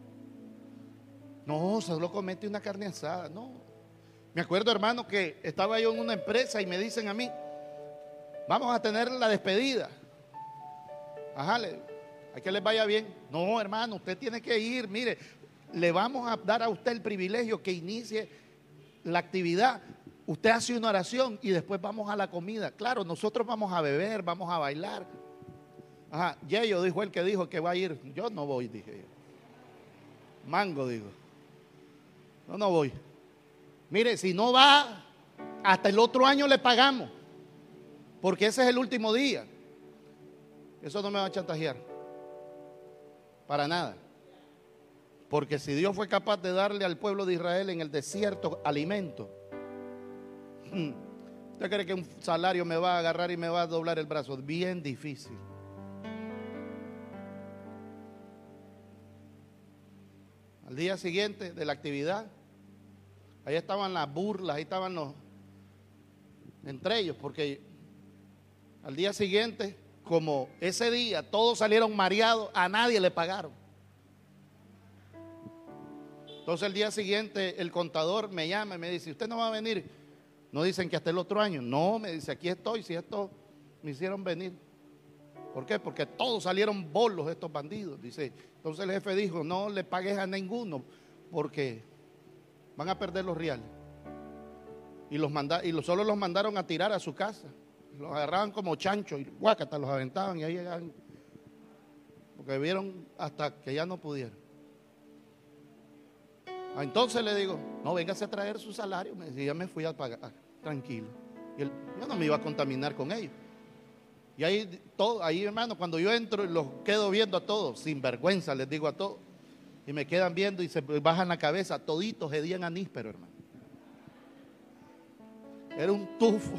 No, solo comete una carne asada, no. Me acuerdo, hermano, que estaba yo en una empresa y me dicen a mí, vamos a tener la despedida. Ajá, hay que les vaya bien. No, hermano, usted tiene que ir, mire, le vamos a dar a usted el privilegio que inicie la actividad. Usted hace una oración y después vamos a la comida. Claro, nosotros vamos a beber, vamos a bailar. Ajá, Yeyo dijo el que dijo que va a ir. Yo no voy, dije yo. Mango, digo. No voy. Mire, si no va, hasta el otro año le pagamos, porque ese es el último día. Eso no me va a chantajear, para nada. Porque si Dios fue capaz de darle al pueblo de Israel en el desierto alimento, ¿usted cree que un salario me va a agarrar y me va a doblar el brazo? Bien difícil. Al día siguiente de la actividad, ahí estaban las burlas, ahí estaban entre ellos, porque al día siguiente como ese día todos salieron mareados, a nadie le pagaron. Entonces el día siguiente el contador me llama y me dice, ¿usted no va a venir? No dicen que hasta el otro año. No, me dice, aquí estoy, si esto me hicieron venir. ¿Por qué? Porque todos salieron bolos estos bandidos. Dice, entonces el jefe dijo, no le pagues a ninguno porque van a perder los reales. Y solo los mandaron a tirar a su casa. Los agarraban como chanchos y guácata, los aventaban y ahí llegaban. Porque vieron hasta que ya no pudieron. Entonces le digo, no, véngase a traer su salario. Me decía, ya me fui a pagar, tranquilo. Y yo no me iba a contaminar con ellos. Y ahí, hermano, cuando yo entro, los quedo viendo a todos, sin vergüenza, les digo a todos. Y me quedan viendo y se bajan la cabeza, toditos hedían anís, pero hermano. Era un tufo.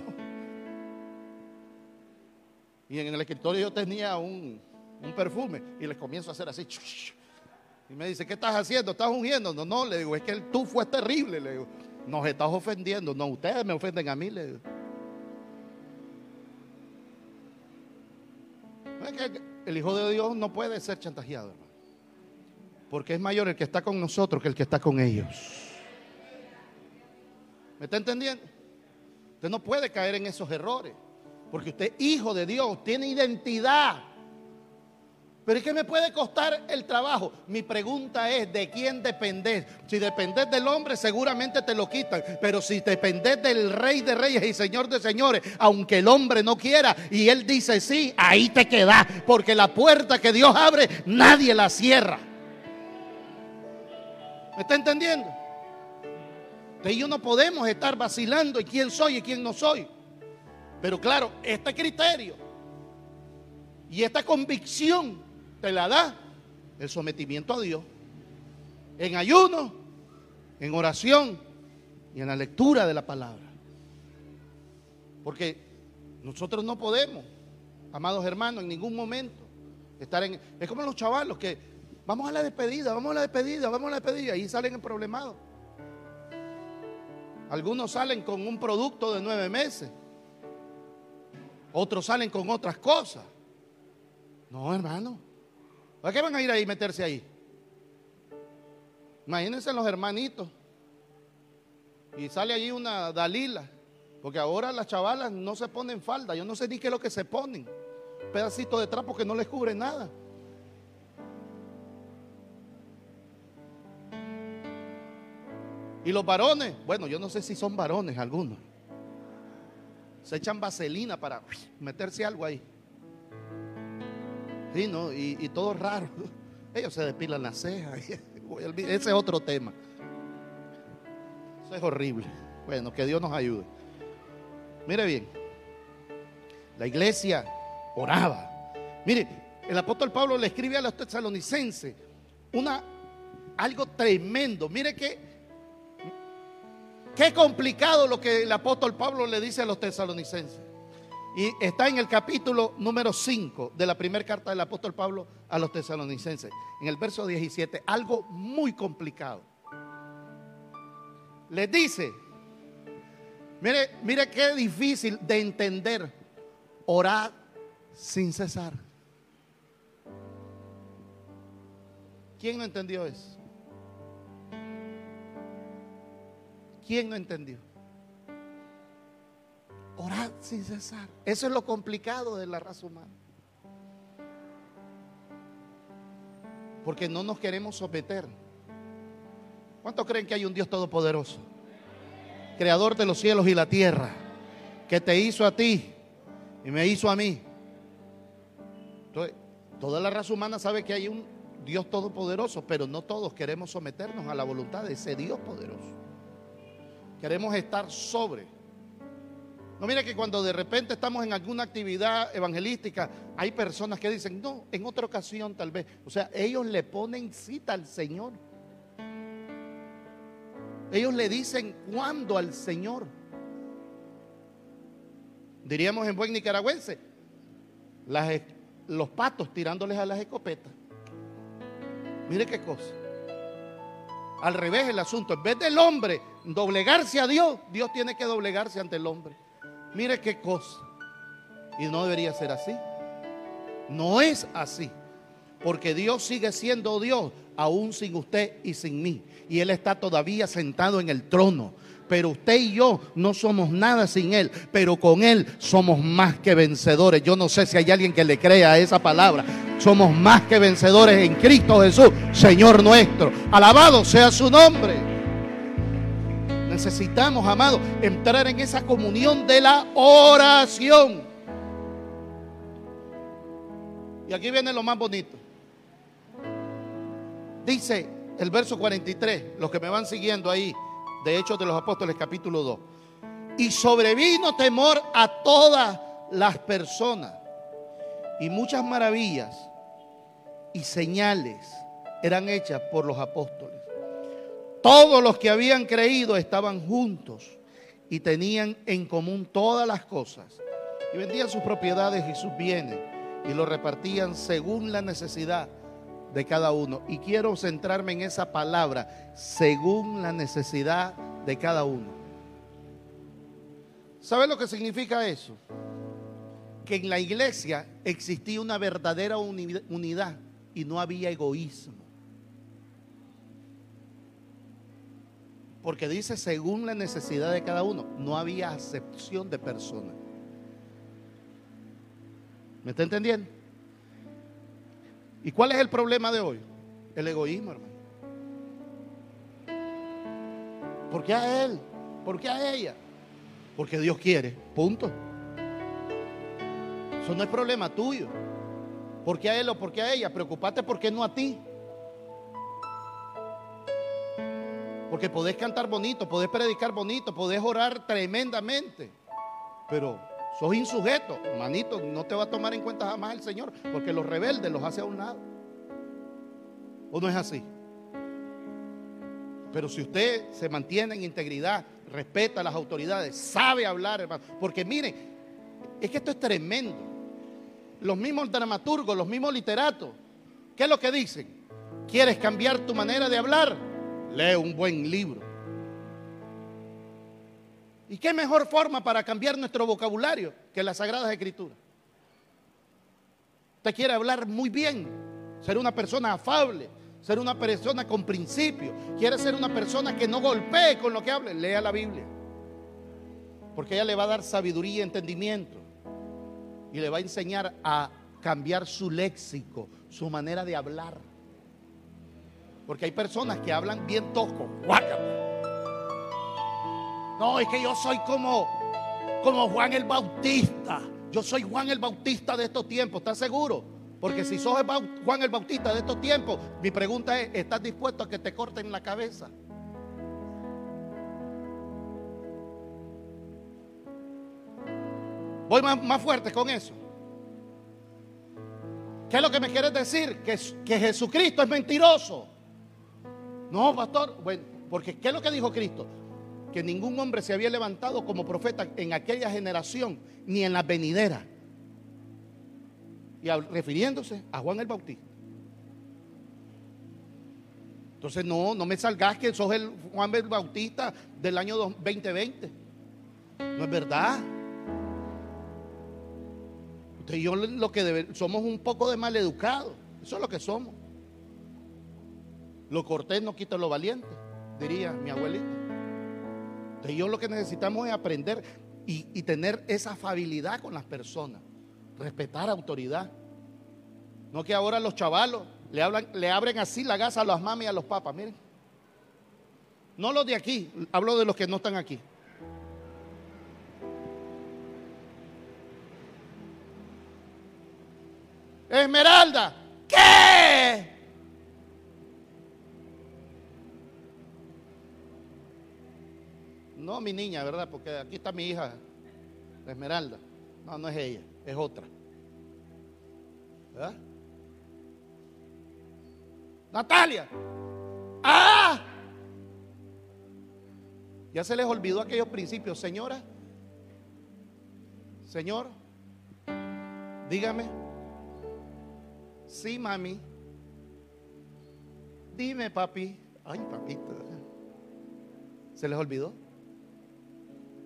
Y en el escritorio yo tenía un perfume y les comienzo a hacer así. Y me dice, ¿qué estás haciendo? ¿Estás ungiendo? No, le digo, es que el tufo es terrible. Le digo, nos estás ofendiendo. No, ustedes me ofenden a mí, le digo. Es que el Hijo de Dios no puede ser chantajeado, hermano, porque es mayor el que está con nosotros que el que está con ellos. ¿Me está entendiendo? Usted no puede caer en esos errores, porque usted es hijo de Dios, tiene identidad. Pero ¿y qué me puede costar el trabajo? Mi pregunta es, ¿de quién dependés? Si dependés del hombre, seguramente te lo quitan. Pero si dependés del Rey de Reyes y Señor de Señores, aunque el hombre no quiera y él dice sí, ahí te quedás. Porque la puerta que Dios abre, nadie la cierra. ¿Me está entendiendo? Entonces yo no podemos estar vacilando en quién soy y quién no soy. Pero claro, este criterio y esta convicción te la da el sometimiento a Dios, en ayuno, en oración y en la lectura de la palabra. Porque nosotros no podemos, amados hermanos, en ningún momento estar es como los chavalos que vamos a la despedida, vamos a la despedida, vamos a la despedida, y salen problemados. Algunos salen con un producto de 9 meses, otros salen con otras cosas. No, hermano, ¿para qué van a ir ahí y meterse ahí? Imagínense los hermanitos y sale allí una Dalila, porque ahora las chavalas no se ponen falda. Yo no sé ni qué es lo que se ponen, un pedacito de trapo que no les cubre nada. Y los varones, bueno, yo no sé si son varones algunos, se echan vaselina para meterse algo ahí. Sí, ¿no? Y todo raro. Ellos se depilan las cejas. Ese es otro tema. Eso es horrible. Bueno, que Dios nos ayude. Mire bien, la iglesia oraba. Mire, el apóstol Pablo le escribe a los tesalonicenses algo tremendo. Mire qué complicado lo que el apóstol Pablo le dice a los tesalonicenses. Y está en el capítulo número 5 de la primera carta del apóstol Pablo a los tesalonicenses, en el verso 17, algo muy complicado. Les dice, mire qué difícil de entender, orar sin cesar. ¿Quién no entendió eso? ¿Quién no entendió? Orar sin cesar. Eso es lo complicado de la raza humana. Porque no nos queremos someter. ¿Cuántos creen que hay un Dios todopoderoso? Creador de los cielos y la tierra, que te hizo a ti y me hizo a mí. Entonces, toda la raza humana sabe que hay un Dios todopoderoso, pero no todos queremos someternos a la voluntad de ese Dios poderoso. Queremos estar sobre. No, mira que cuando de repente estamos en alguna actividad evangelística, hay personas que dicen, no, en otra ocasión tal vez. O sea, ellos le ponen cita al Señor. Ellos le dicen cuándo al Señor. Diríamos en buen nicaragüense, los patos tirándoles a las escopetas. Mire qué cosa. Al revés el asunto, en vez del hombre doblegarse a Dios, Dios tiene que doblegarse ante el hombre. Mire qué cosa. Y no debería ser así. No es así. Porque Dios sigue siendo Dios aún sin usted y sin mí. Y Él está todavía sentado en el trono. Pero usted y yo no somos nada sin Él. Pero con Él somos más que vencedores. Yo no sé si hay alguien que le crea a esa palabra. Somos más que vencedores en Cristo Jesús, Señor nuestro. Alabado sea su nombre. Necesitamos, amados, entrar en esa comunión de la oración. Y aquí viene lo más bonito. Dice el verso 43, los que me van siguiendo ahí, de Hechos de los Apóstoles capítulo 2. Y sobrevino temor a todas las personas, y muchas maravillas y señales eran hechas por los apóstoles. Todos los que habían creído estaban juntos y tenían en común todas las cosas, y vendían sus propiedades y sus bienes y lo repartían según la necesidad de cada uno. Y quiero centrarme en esa palabra, según la necesidad de cada uno. ¿Sabe lo que significa eso? Que en la iglesia existía una verdadera unidad y no había egoísmo. Porque dice según la necesidad de cada uno, no había acepción de personas. ¿Me está entendiendo? ¿Y cuál es el problema de hoy? El egoísmo, hermano. ¿Por qué a él? ¿Por qué a ella? Porque Dios quiere, punto. Eso no es problema tuyo. ¿Por qué a él o por qué a ella? Preocúpate por qué no a ti. Porque podés cantar bonito, podés predicar bonito, podés orar tremendamente, pero sos insujeto, hermanito, no te va a tomar en cuenta jamás el Señor, porque los rebeldes los hace a un lado. ¿O no es así? Pero si usted se mantiene en integridad, respeta a las autoridades, sabe hablar, hermano, porque mire, es que esto es tremendo. Los mismos dramaturgos, los mismos literatos, ¿qué es lo que dicen? ¿Quieres cambiar tu manera de hablar? Lee un buen libro. ¿Y qué mejor forma para cambiar nuestro vocabulario que las Sagradas Escrituras? Usted quiere hablar muy bien, ser una persona afable, ser una persona con principios, quiere ser una persona que no golpee con lo que hable, lea la Biblia, porque ella le va a dar sabiduría y entendimiento y le va a enseñar a cambiar su léxico, su manera de hablar. Porque hay personas que hablan bien tosco. No, es que yo soy como Juan el Bautista. Yo soy Juan el Bautista de estos tiempos. ¿Estás seguro? Porque si sos Juan el Bautista de estos tiempos, mi pregunta es, ¿estás dispuesto a que te corten la cabeza? Voy más fuerte con eso. ¿Qué es lo que me quieres decir? Que Jesucristo es mentiroso. No, pastor, bueno, porque ¿qué es lo que dijo Cristo? Que ningún hombre se había levantado como profeta en aquella generación, ni en la venidera. Y refiriéndose a Juan el Bautista. Entonces no me salgas que sos el Juan el Bautista del año 2020. No es verdad. Usted y yo somos un poco de maleducados. Eso es lo que somos. Lo cortés no quita lo valiente, diría mi abuelita. Entonces yo lo que necesitamos es aprender y tener esa afabilidad con las personas, respetar autoridad. No que ahora los chavalos le abren así la gasa a las mamas y a los papas, miren. No los de aquí, hablo de los que no están aquí. Esmeralda, ¿qué? No, mi niña, ¿verdad? Porque aquí está mi hija, Esmeralda. No, no es ella, es otra. ¿Verdad? Natalia. ¡Ah! Ya se les olvidó aquellos principios. Señora, señor, dígame. Sí, mami. Dime, papi. Ay, papito. ¿Se les olvidó?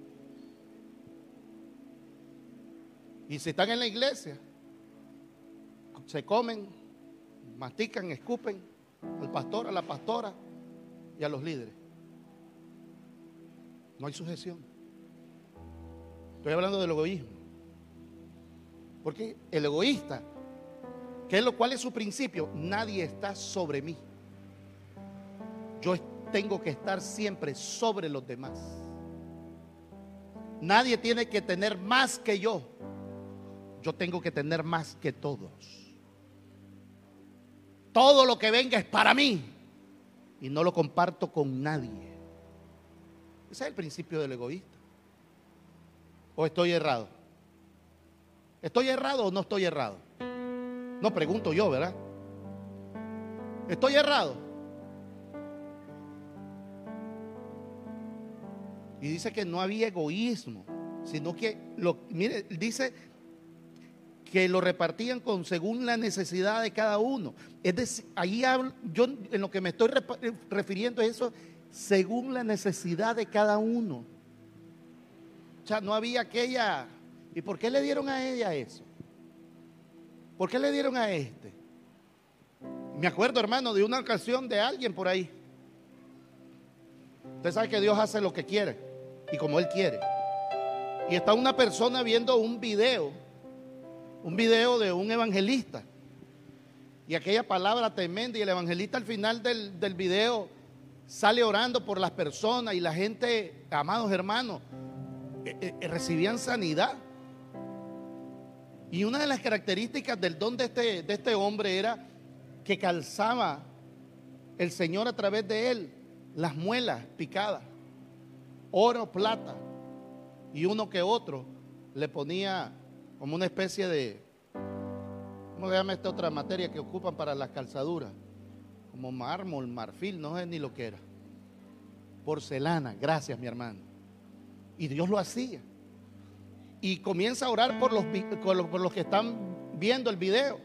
Y si están en la iglesia, se comen, mastican, escupen al pastor, a la pastora y a los líderes. No hay sujeción. Estoy hablando del egoísmo. Porque el egoísta, ¿cuál es su principio? Nadie está sobre mí. Yo tengo que estar siempre sobre los demás. Nadie tiene que tener más que yo. Yo tengo que tener más que todos. Todo lo que venga es para mí y no lo comparto con nadie. Ese es el principio del egoísta. ¿O estoy errado? ¿Estoy errado o no estoy errado? No, pregunto yo, ¿verdad? ¿Estoy errado? Y dice que no había egoísmo, sino que, mire, dice que lo repartían según la necesidad de cada uno. Es decir, ahí hablo, yo en lo que me estoy refiriendo es eso, según la necesidad de cada uno. O sea, no había aquella. ¿Y por qué le dieron a ella eso? ¿Por qué le dieron a este? Me acuerdo, hermano, de una ocasión de alguien por ahí. Usted sabe que Dios hace lo que quiere y como Él quiere. Y está una persona viendo un video de un evangelista. Y aquella palabra tremenda, y el evangelista al final del video sale orando por las personas y la gente, amados hermanos, recibían sanidad. Y una de las características del don de este hombre era que calzaba el Señor a través de él las muelas picadas, oro, plata, y uno que otro le ponía como una especie de, ¿cómo se llama esta otra materia que ocupan para las calzaduras? Como mármol, marfil, no sé ni lo que era. Porcelana, gracias mi hermano. Y Dios lo hacía. Y comienza a orar por los que están viendo el video.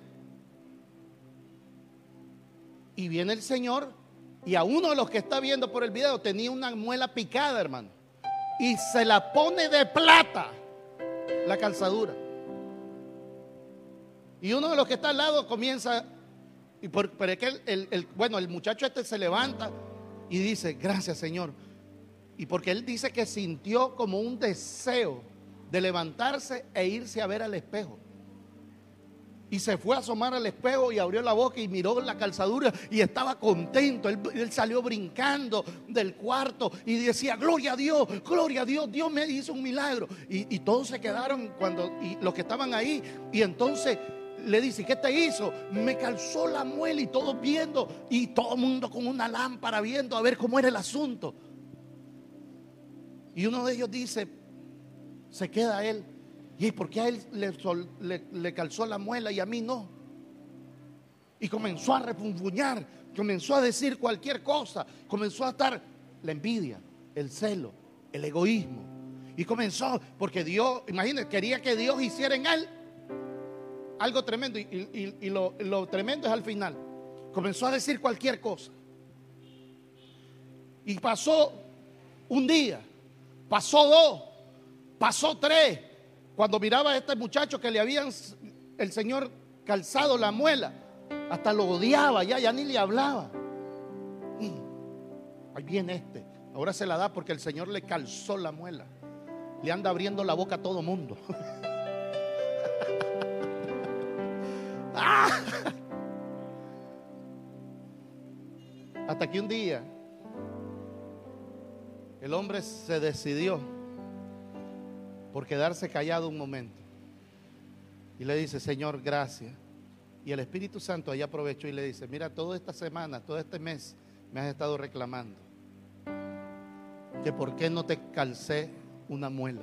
Y viene el Señor, y a uno de los que está viendo por el video tenía una muela picada, hermano, y se la pone de plata la calzadura. Y uno de los que está al lado comienza, pero es que el muchacho este se levanta y dice, gracias Señor. Y porque él dice que sintió como un deseo de levantarse e irse a ver al espejo. Y se fue a asomar al espejo y abrió la boca y miró la calzadura y estaba contento. Él salió brincando del cuarto y decía, gloria a Dios, Dios me hizo un milagro. Y todos se quedaron y los que estaban ahí. Y entonces le dice, ¿qué te hizo? Me calzó la muela, y todos viendo, y todo el mundo con una lámpara viendo a ver cómo era el asunto. Y uno de ellos dice, se queda él, ¿y por qué a él le calzó la muela y a mí no? Y comenzó a refunfuñar, comenzó a decir cualquier cosa, comenzó a estar la envidia, el celo, el egoísmo. Y comenzó, porque Dios, imagínense, quería que Dios hiciera en él algo tremendo. Y lo tremendo es al final. Comenzó a decir cualquier cosa. Y pasó un día, pasó 2, pasó 3. Cuando miraba a este muchacho que le habían el Señor calzado la muela, hasta lo odiaba, ya ni le hablaba. Ahí viene este, ahora se la da porque el Señor le calzó la muela. Le anda abriendo la boca a todo mundo. Hasta que un día el hombre se decidió por quedarse callado un momento y le dice, Señor, gracias. Y el Espíritu Santo ahí aprovechó y le dice, mira, toda esta semana, todo este mes me has estado reclamando que por qué no te calcé una muela.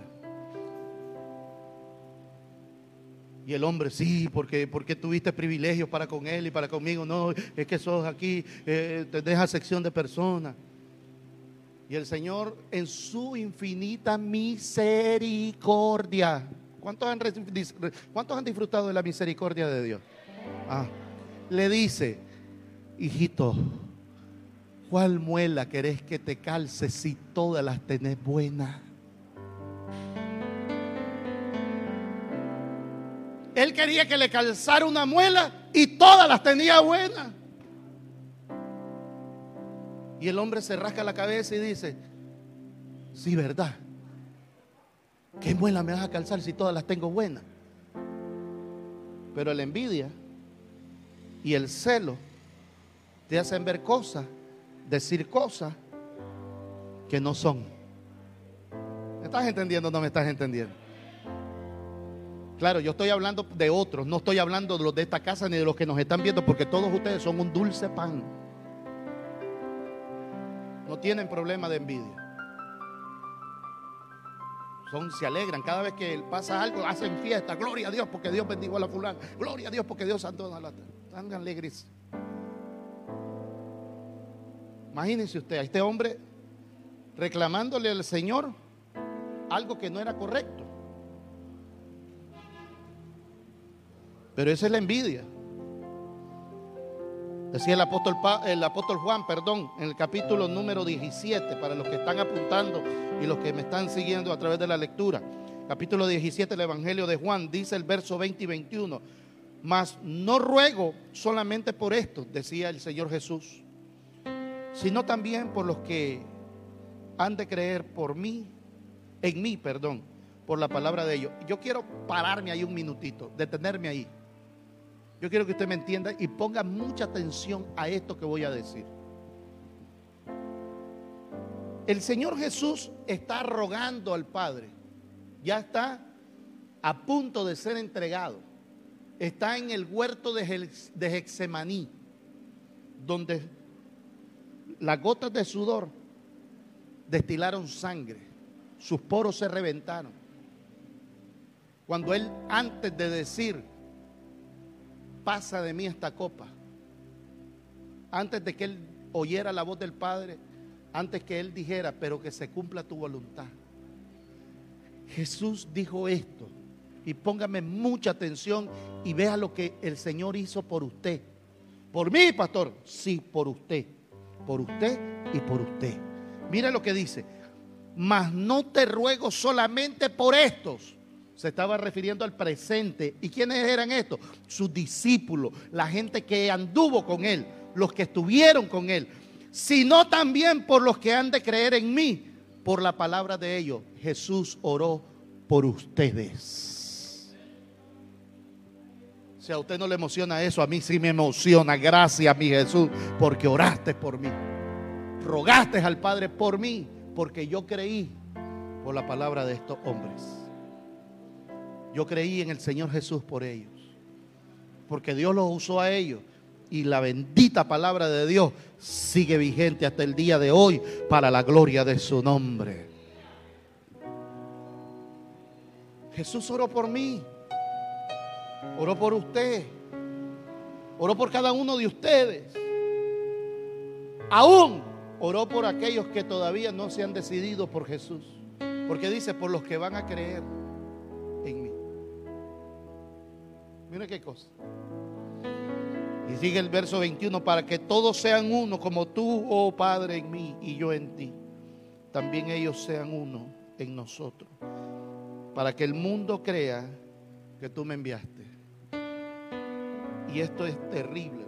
Y el hombre, sí, porque tuviste privilegios para con él y para conmigo. No, es que sos aquí, tenés acepción de personas. Y el Señor, en su infinita misericordia, ¿cuántos han disfrutado de la misericordia de Dios? Le dice, hijito, ¿cuál muela querés que te calce si todas las tenés buenas? Él quería que le calzara una muela y todas las tenía buenas. Y el hombre se rasca la cabeza y dice: sí, ¿verdad? ¿Qué muela me vas a calzar si todas las tengo buenas? Pero la envidia y el celo te hacen ver cosas, decir cosas que no son. ¿Me estás entendiendo o no me estás entendiendo? Claro, yo estoy hablando de otros, no estoy hablando de los de esta casa ni de los que nos están viendo, porque todos ustedes son un dulce pan. No tienen problema de envidia. Se alegran cada vez que pasa algo, hacen fiesta. Gloria a Dios porque Dios bendijo a la fulana. Gloria a Dios porque Dios santo a la. Están alegres. Imagínense usted a este hombre reclamándole al Señor algo que no era correcto. Pero esa es la envidia. Decía el apóstol Juan, en el capítulo número 17, para los que están apuntando y los que me están siguiendo a través de la lectura. Capítulo 17 del Evangelio de Juan, dice el verso 20 y 21. Mas no ruego solamente por esto, decía el Señor Jesús, sino también por los que han de creer en mí, por la palabra de ellos. Yo quiero pararme ahí un minutito, detenerme ahí. Yo quiero que usted me entienda y ponga mucha atención a esto que voy a decir. El Señor Jesús está rogando al Padre. Ya está a punto de ser entregado. Está en el huerto de Getsemaní, donde las gotas de sudor destilaron sangre. Sus poros se reventaron. Cuando Él, antes de decir: pasa de mí esta copa, antes de que Él oyera la voz del Padre, antes que Él dijera: pero que se cumpla tu voluntad, Jesús dijo esto. Y póngame mucha atención y vea lo que el Señor hizo por usted. ¿Por mí, pastor? Sí, por usted y por usted. Mira lo que dice: mas no te ruego solamente por estos. Se estaba refiriendo al presente. ¿Y quiénes eran estos? Sus discípulos, la gente que anduvo con Él, los que estuvieron con Él, sino también por los que han de creer en mí, por la palabra de ellos. Jesús oró por ustedes. Si a usted no le emociona eso, a mí sí me emociona. Gracias, mi Jesús, porque oraste por mí. Rogaste al Padre por mí, porque yo creí por la palabra de estos hombres. Yo creí en el Señor Jesús por ellos, porque Dios los usó a ellos. Y la bendita palabra de Dios sigue vigente hasta el día de hoy para la gloria de su nombre. Jesús oró por mí, oró por usted, oró por cada uno de ustedes. Aún oró por aquellos que todavía no se han decidido por Jesús, porque dice: por los que van a creer en mí. Mira qué cosa. Y sigue el verso 21: para que todos sean uno, como tú, oh Padre, en mí y yo en ti, también ellos sean uno en nosotros, para que el mundo crea que tú me enviaste. Y esto es terrible.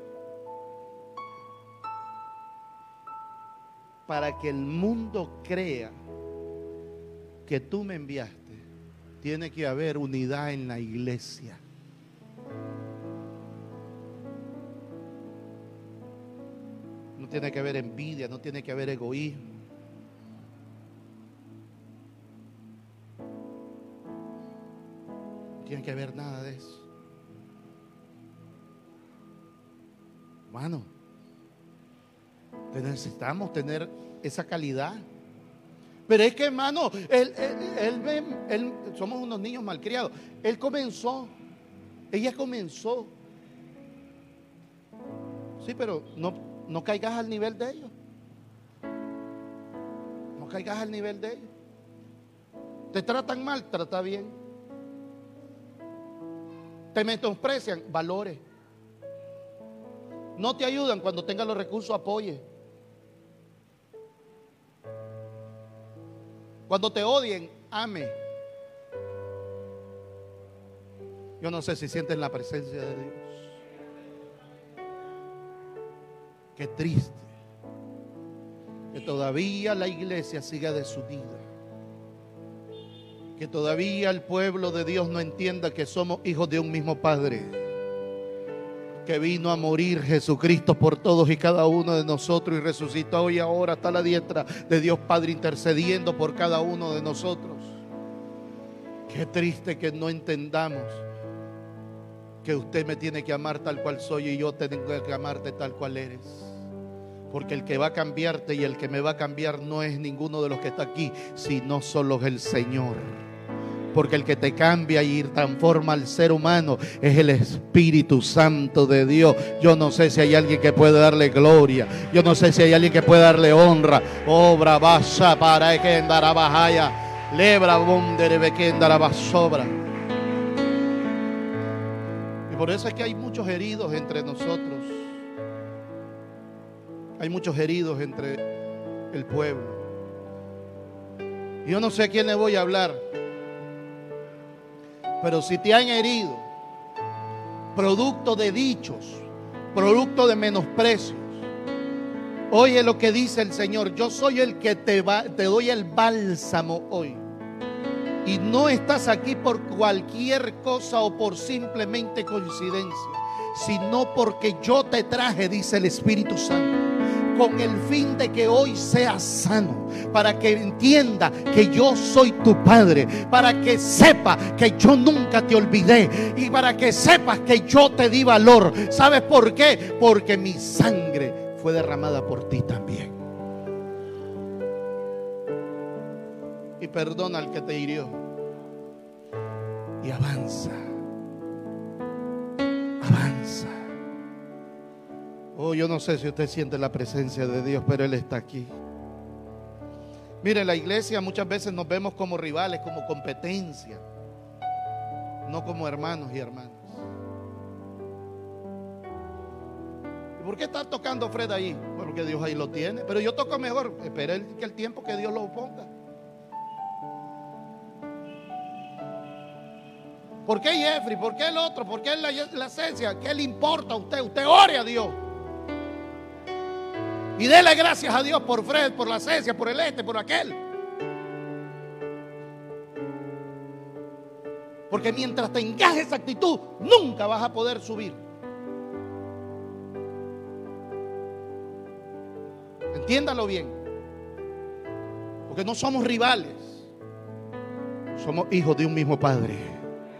Para que el mundo crea que tú me enviaste, tiene que haber unidad en la iglesia. No tiene que haber envidia, no tiene que haber egoísmo. No tiene que haber nada de eso. Hermano, necesitamos tener esa calidad. Pero es que, hermano, somos unos niños malcriados. Ella comenzó. Sí, pero no caigas al nivel de ellos. No caigas al nivel de ellos. Te tratan mal, trata bien. Te menosprecian, valore. No te ayudan, cuando tengas los recursos, apoye. Cuando te odien, ame. Yo no sé si sienten la presencia de Dios. Qué triste que todavía la iglesia siga desunida, que todavía el pueblo de Dios no entienda que somos hijos de un mismo Padre, que vino a morir Jesucristo por todos y cada uno de nosotros y resucitó, y ahora está a la diestra de Dios Padre intercediendo por cada uno de nosotros. Qué triste que no entendamos que usted me tiene que amar tal cual soy y yo tengo que amarte tal cual eres. Porque el que va a cambiarte y el que me va a cambiar no es ninguno de los que está aquí, sino solo el Señor. Porque el que te cambia y transforma al ser humano es el Espíritu Santo de Dios. Yo no sé si hay alguien que puede darle gloria. Yo no sé si hay alguien que puede darle honra. Obra basa para que andara bajaya. Lebra bondere que andara basobra. Y por eso es que hay muchos heridos entre nosotros. Hay muchos heridos entre el pueblo. Yo no sé a quién le voy a hablar, pero si te han herido, producto de dichos, producto de menosprecios, oye lo que dice el Señor: yo soy el que te doy el bálsamo hoy. Y no estás aquí por cualquier cosa o por simplemente coincidencia, sino porque yo te traje, dice el Espíritu Santo, con el fin de que hoy seas sano, para que entienda que yo soy tu Padre, para que sepa que yo nunca te olvidé y para que sepas que yo te di valor. ¿Sabes por qué? Porque mi sangre fue derramada por ti también. Y perdona al que te hirió y avanza, avanza. Oh, yo no sé si usted siente la presencia de Dios, pero Él está aquí. Mire, en la iglesia muchas veces nos vemos como rivales, como competencia, no como hermanos y hermanas. ¿Y por qué está tocando Fred ahí? Bueno, porque Dios ahí lo tiene, pero yo toco mejor. Espera que el tiempo que Dios lo ponga. ¿Por qué Jeffrey? ¿Por qué el otro? ¿Por qué la esencia? ¿Qué le importa a usted? Usted ore a Dios. Y dele gracias a Dios por Fred, por la esencia, por el por aquel. Porque mientras tengas esa actitud, nunca vas a poder subir. Entiéndalo bien. Porque no somos rivales. Somos hijos de un mismo Padre.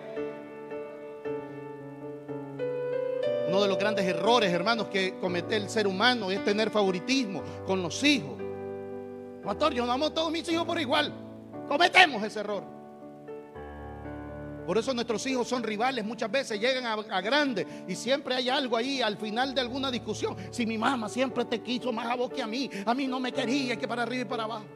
Uno de los grandes errores, hermanos, que comete el ser humano es tener favoritismo con los hijos. Pastor, yo no amo a todos mis hijos por igual. Cometemos ese error. Por eso nuestros hijos son rivales. Muchas veces llegan a grandes y siempre hay algo ahí al final de alguna discusión. Si mi mamá siempre te quiso más a vos que a mí no me quería, que para arriba y para abajo.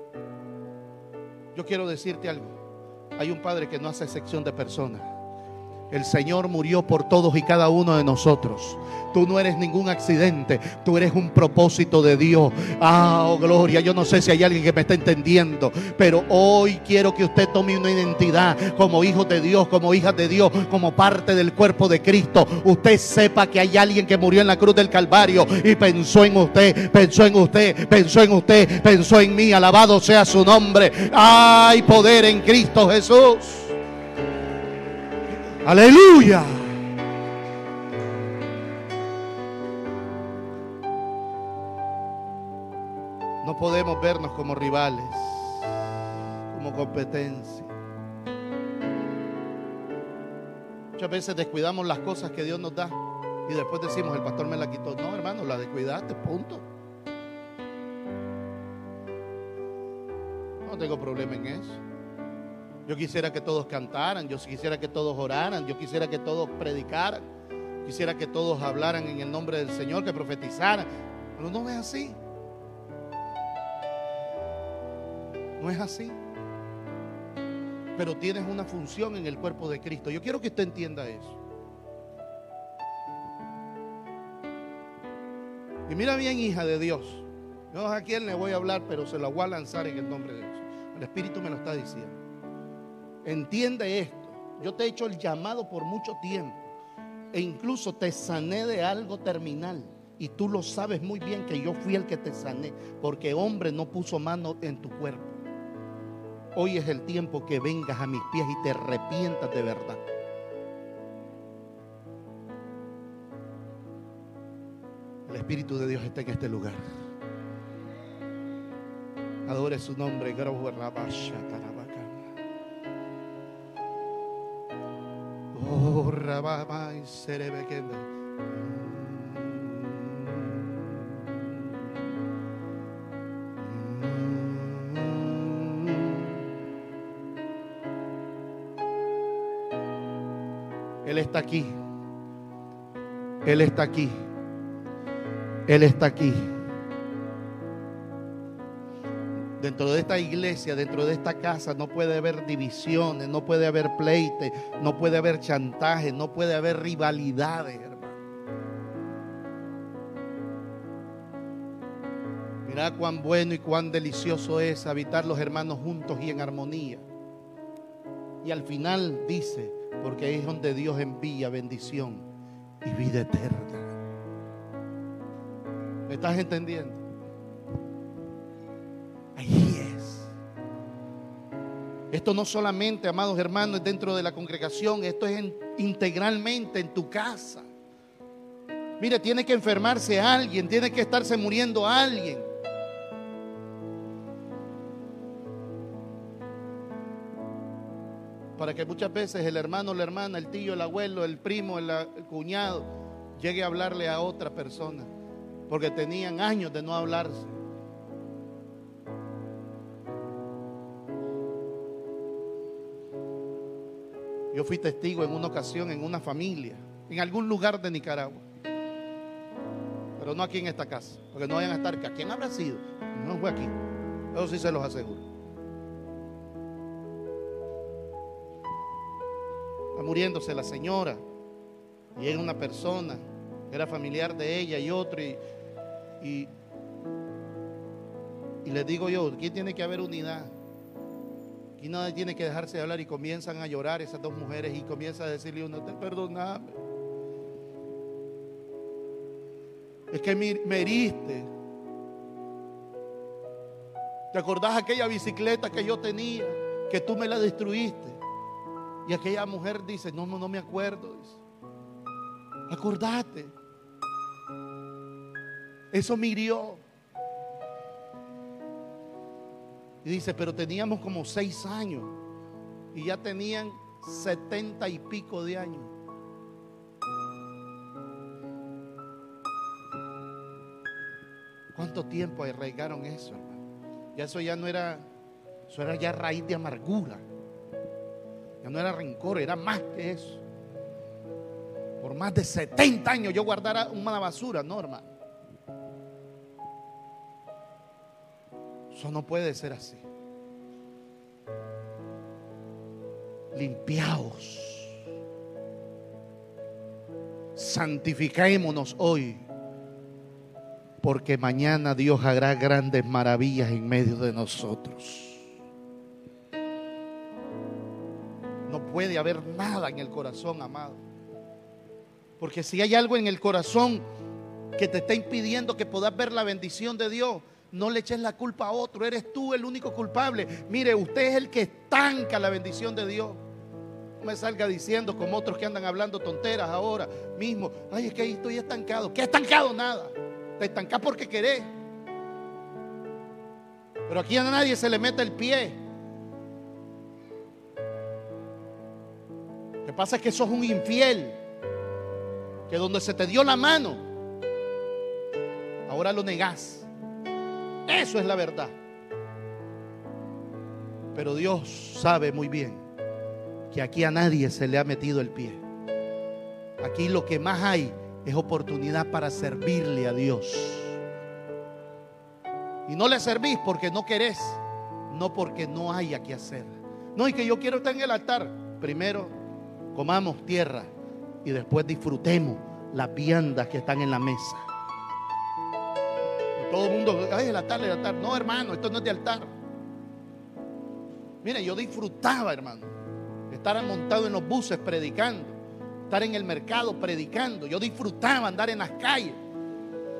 Yo quiero decirte algo. Hay un Padre que no hace excepción de personas. El Señor murió por todos y cada uno de nosotros. Tú no eres ningún accidente. Tú eres un propósito de Dios. Oh gloria. Yo no sé si hay alguien que me está entendiendo, pero hoy quiero que usted tome una identidad como hijo de Dios, como hija de Dios, como parte del cuerpo de Cristo. Usted sepa que hay alguien que murió en la cruz del Calvario y pensó en usted, pensó en usted, pensó en usted, pensó en mí. Alabado sea su nombre. Hay poder en Cristo Jesús. Aleluya. No podemos vernos como rivales, como competencia. Muchas veces descuidamos las cosas que Dios nos da y después decimos: el pastor me la quitó. No, hermano, la descuidaste, punto. No tengo problema en eso. Yo quisiera que todos cantaran, yo quisiera que todos oraran, yo quisiera que todos predicaran, quisiera que todos hablaran en el nombre del Señor, que profetizaran. Pero no es así. No es así. Pero tienes una función en el cuerpo de Cristo. Yo quiero que usted entienda eso. Y mira bien, hija de Dios. Yo no sé a quién le voy a hablar, pero se la voy a lanzar en el nombre de Dios. El Espíritu me lo está diciendo. Entiende esto. Yo te he hecho el llamado por mucho tiempo e incluso te sané de algo terminal Y tú lo sabes muy bien que yo fui el que te sané, porque hombre no puso mano en tu cuerpo. Hoy es el tiempo que vengas a mis pies y te arrepientas de verdad. El Espíritu de Dios está en este lugar. Adore su nombre. Oh, Rababa y Serebequenda. Él está aquí. Él está aquí. Él está aquí. Dentro de esta iglesia, dentro de esta casa, no puede haber divisiones, no puede haber pleites, no puede haber chantaje, no puede haber rivalidades, hermano. Mira cuán bueno y cuán delicioso es habitar los hermanos juntos y en armonía. Y al final dice, porque ahí es donde Dios envía bendición y vida eterna. ¿Me estás entendiendo? Ahí es. Esto no solamente, amados hermanos, es dentro de la congregación, esto es integralmente en tu casa. Mire, tiene que enfermarse alguien, tiene que estarse muriendo alguien. Para que muchas veces el hermano, la hermana, el tío, el abuelo, el primo, el cuñado llegue a hablarle a otra persona, porque tenían años de no hablarse. Yo fui testigo en una ocasión en una familia, en algún lugar de Nicaragua, pero no aquí en esta casa, porque no vayan a estar acá. ¿Quién habrá sido? No fue aquí, eso sí se los aseguro. Está muriéndose la señora y era una persona, era familiar de ella y otro, y les digo yo, aquí tiene que haber unidad. Aquí nadie tiene que dejarse de hablar, y comienzan a llorar esas dos mujeres y comienza a decirle uno, te perdoname. Es que me heriste. ¿Te acordás aquella bicicleta que yo tenía, que tú me la destruiste? Y aquella mujer dice, no me acuerdo. Dice, acordate. Eso me hirió. Y dice, pero teníamos como 6 años y ya tenían 70 y pico de años. ¿Cuánto tiempo arraigaron eso, hermano? Ya eso ya no era, eso era ya raíz de amargura. Ya no era rencor, era más que eso. Por más de 70 años yo guardara una basura, no, hermano. Eso no puede ser así. Limpiaos. Santifiquémonos hoy, porque mañana Dios hará grandes maravillas en medio de nosotros. No puede haber nada en el corazón, amado. Porque si hay algo en el corazón que te está impidiendo que puedas ver la bendición de Dios, no le eches la culpa a otro, eres tú el único culpable. Mire, usted es el que estanca la bendición de Dios. No me salga diciendo como otros que andan hablando tonteras ahora mismo, ay, es que ahí estoy estancado. ¿Qué estancado? Nada. Te estancás porque querés. Pero aquí a nadie se le mete el pie. Lo que pasa es que sos un infiel, que donde se te dio la mano, ahora lo negás. Eso es la verdad. Pero Dios sabe muy bien que aquí a nadie se le ha metido el pie. Aquí lo que más hay es oportunidad para servirle a Dios. Y no le servís porque no querés, no porque no haya que hacer. No, y que yo quiero estar en el altar. Primero comamos tierra y después disfrutemos las viandas que están en la mesa. Todo el mundo, ay, el altar, el altar. No, hermano, esto no es de altar. Mire, yo disfrutaba, hermano, estar montado en los buses predicando, estar en el mercado predicando. Yo disfrutaba andar en las calles.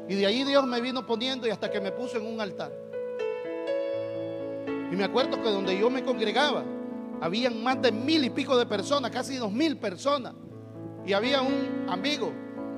Y de ahí Dios me vino poniendo y hasta que me puso en un altar. Y me acuerdo que donde yo me congregaba, habían más de 1000 y pico de personas, casi 2000 personas. Y había un amigo,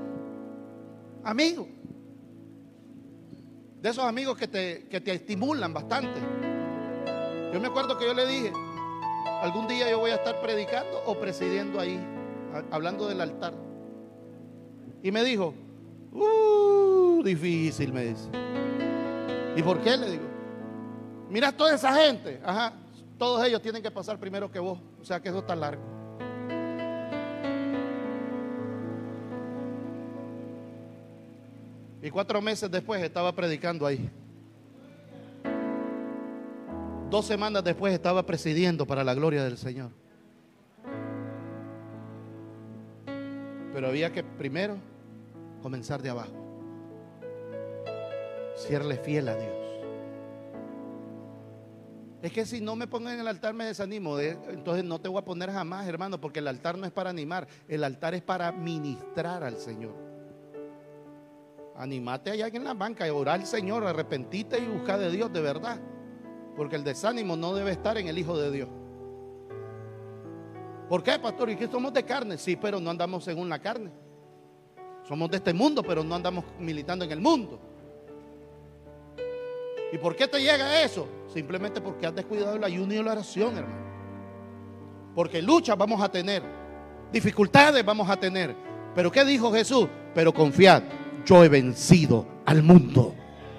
de esos amigos que te estimulan bastante. Yo me acuerdo que yo le dije, algún día yo voy a estar predicando o presidiendo ahí, hablando del altar. Y me dijo, difícil, me dice. ¿Y por qué? Le digo, mira toda esa gente, ajá, todos ellos tienen que pasar primero que vos, o sea que eso está largo. Y 4 meses después estaba predicando ahí. 2 semanas después estaba presidiendo para la gloria del Señor. Pero había que primero comenzar de abajo. Serle fiel a Dios. Es que si no me pongo en el altar me desanimo. Entonces no te voy a poner jamás, hermano, porque el altar no es para animar. El altar es para ministrar al Señor. Animate allá en la banca y orar al Señor, arrepentite y busca de Dios de verdad. Porque el desánimo no debe estar en el Hijo de Dios. ¿Por qué, pastor? ¿Y que somos de carne? Sí, pero no andamos según la carne. Somos de este mundo, pero no andamos militando en el mundo. ¿Y por qué te llega eso? Simplemente porque has descuidado el ayuno y la oración, hermano. Porque luchas vamos a tener, dificultades vamos a tener. ¿Pero qué dijo Jesús? Pero confiad, yo he vencido al mundo.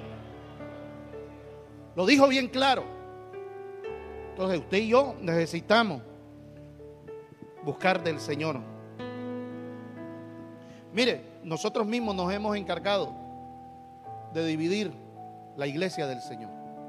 Lo dijo bien claro. Entonces usted y yo necesitamos buscar del Señor. Mire, nosotros mismos nos hemos encargado de dividir la iglesia del Señor.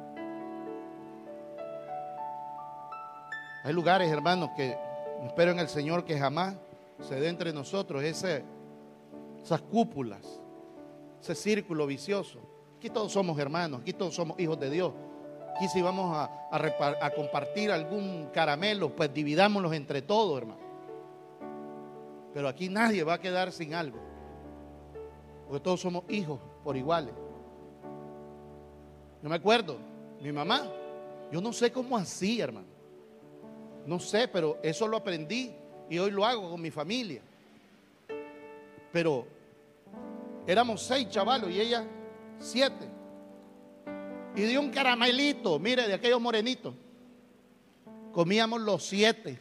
Hay lugares, hermanos, que espero en el Señor que jamás se dé entre nosotros esas cúpulas, ese círculo vicioso. Aquí todos somos hermanos, aquí todos somos hijos de Dios. Aquí si vamos a compartir algún caramelo, pues dividámoslos entre todos, hermano. Pero aquí nadie va a quedar sin algo, porque todos somos hijos por iguales. Yo me acuerdo, mi mamá, yo no sé cómo hacía, hermano. No sé, pero eso lo aprendí y hoy lo hago con mi familia. Pero éramos 6 chavalos y ella 7. Y de un caramelito, mire, de aquellos morenitos, comíamos los 7.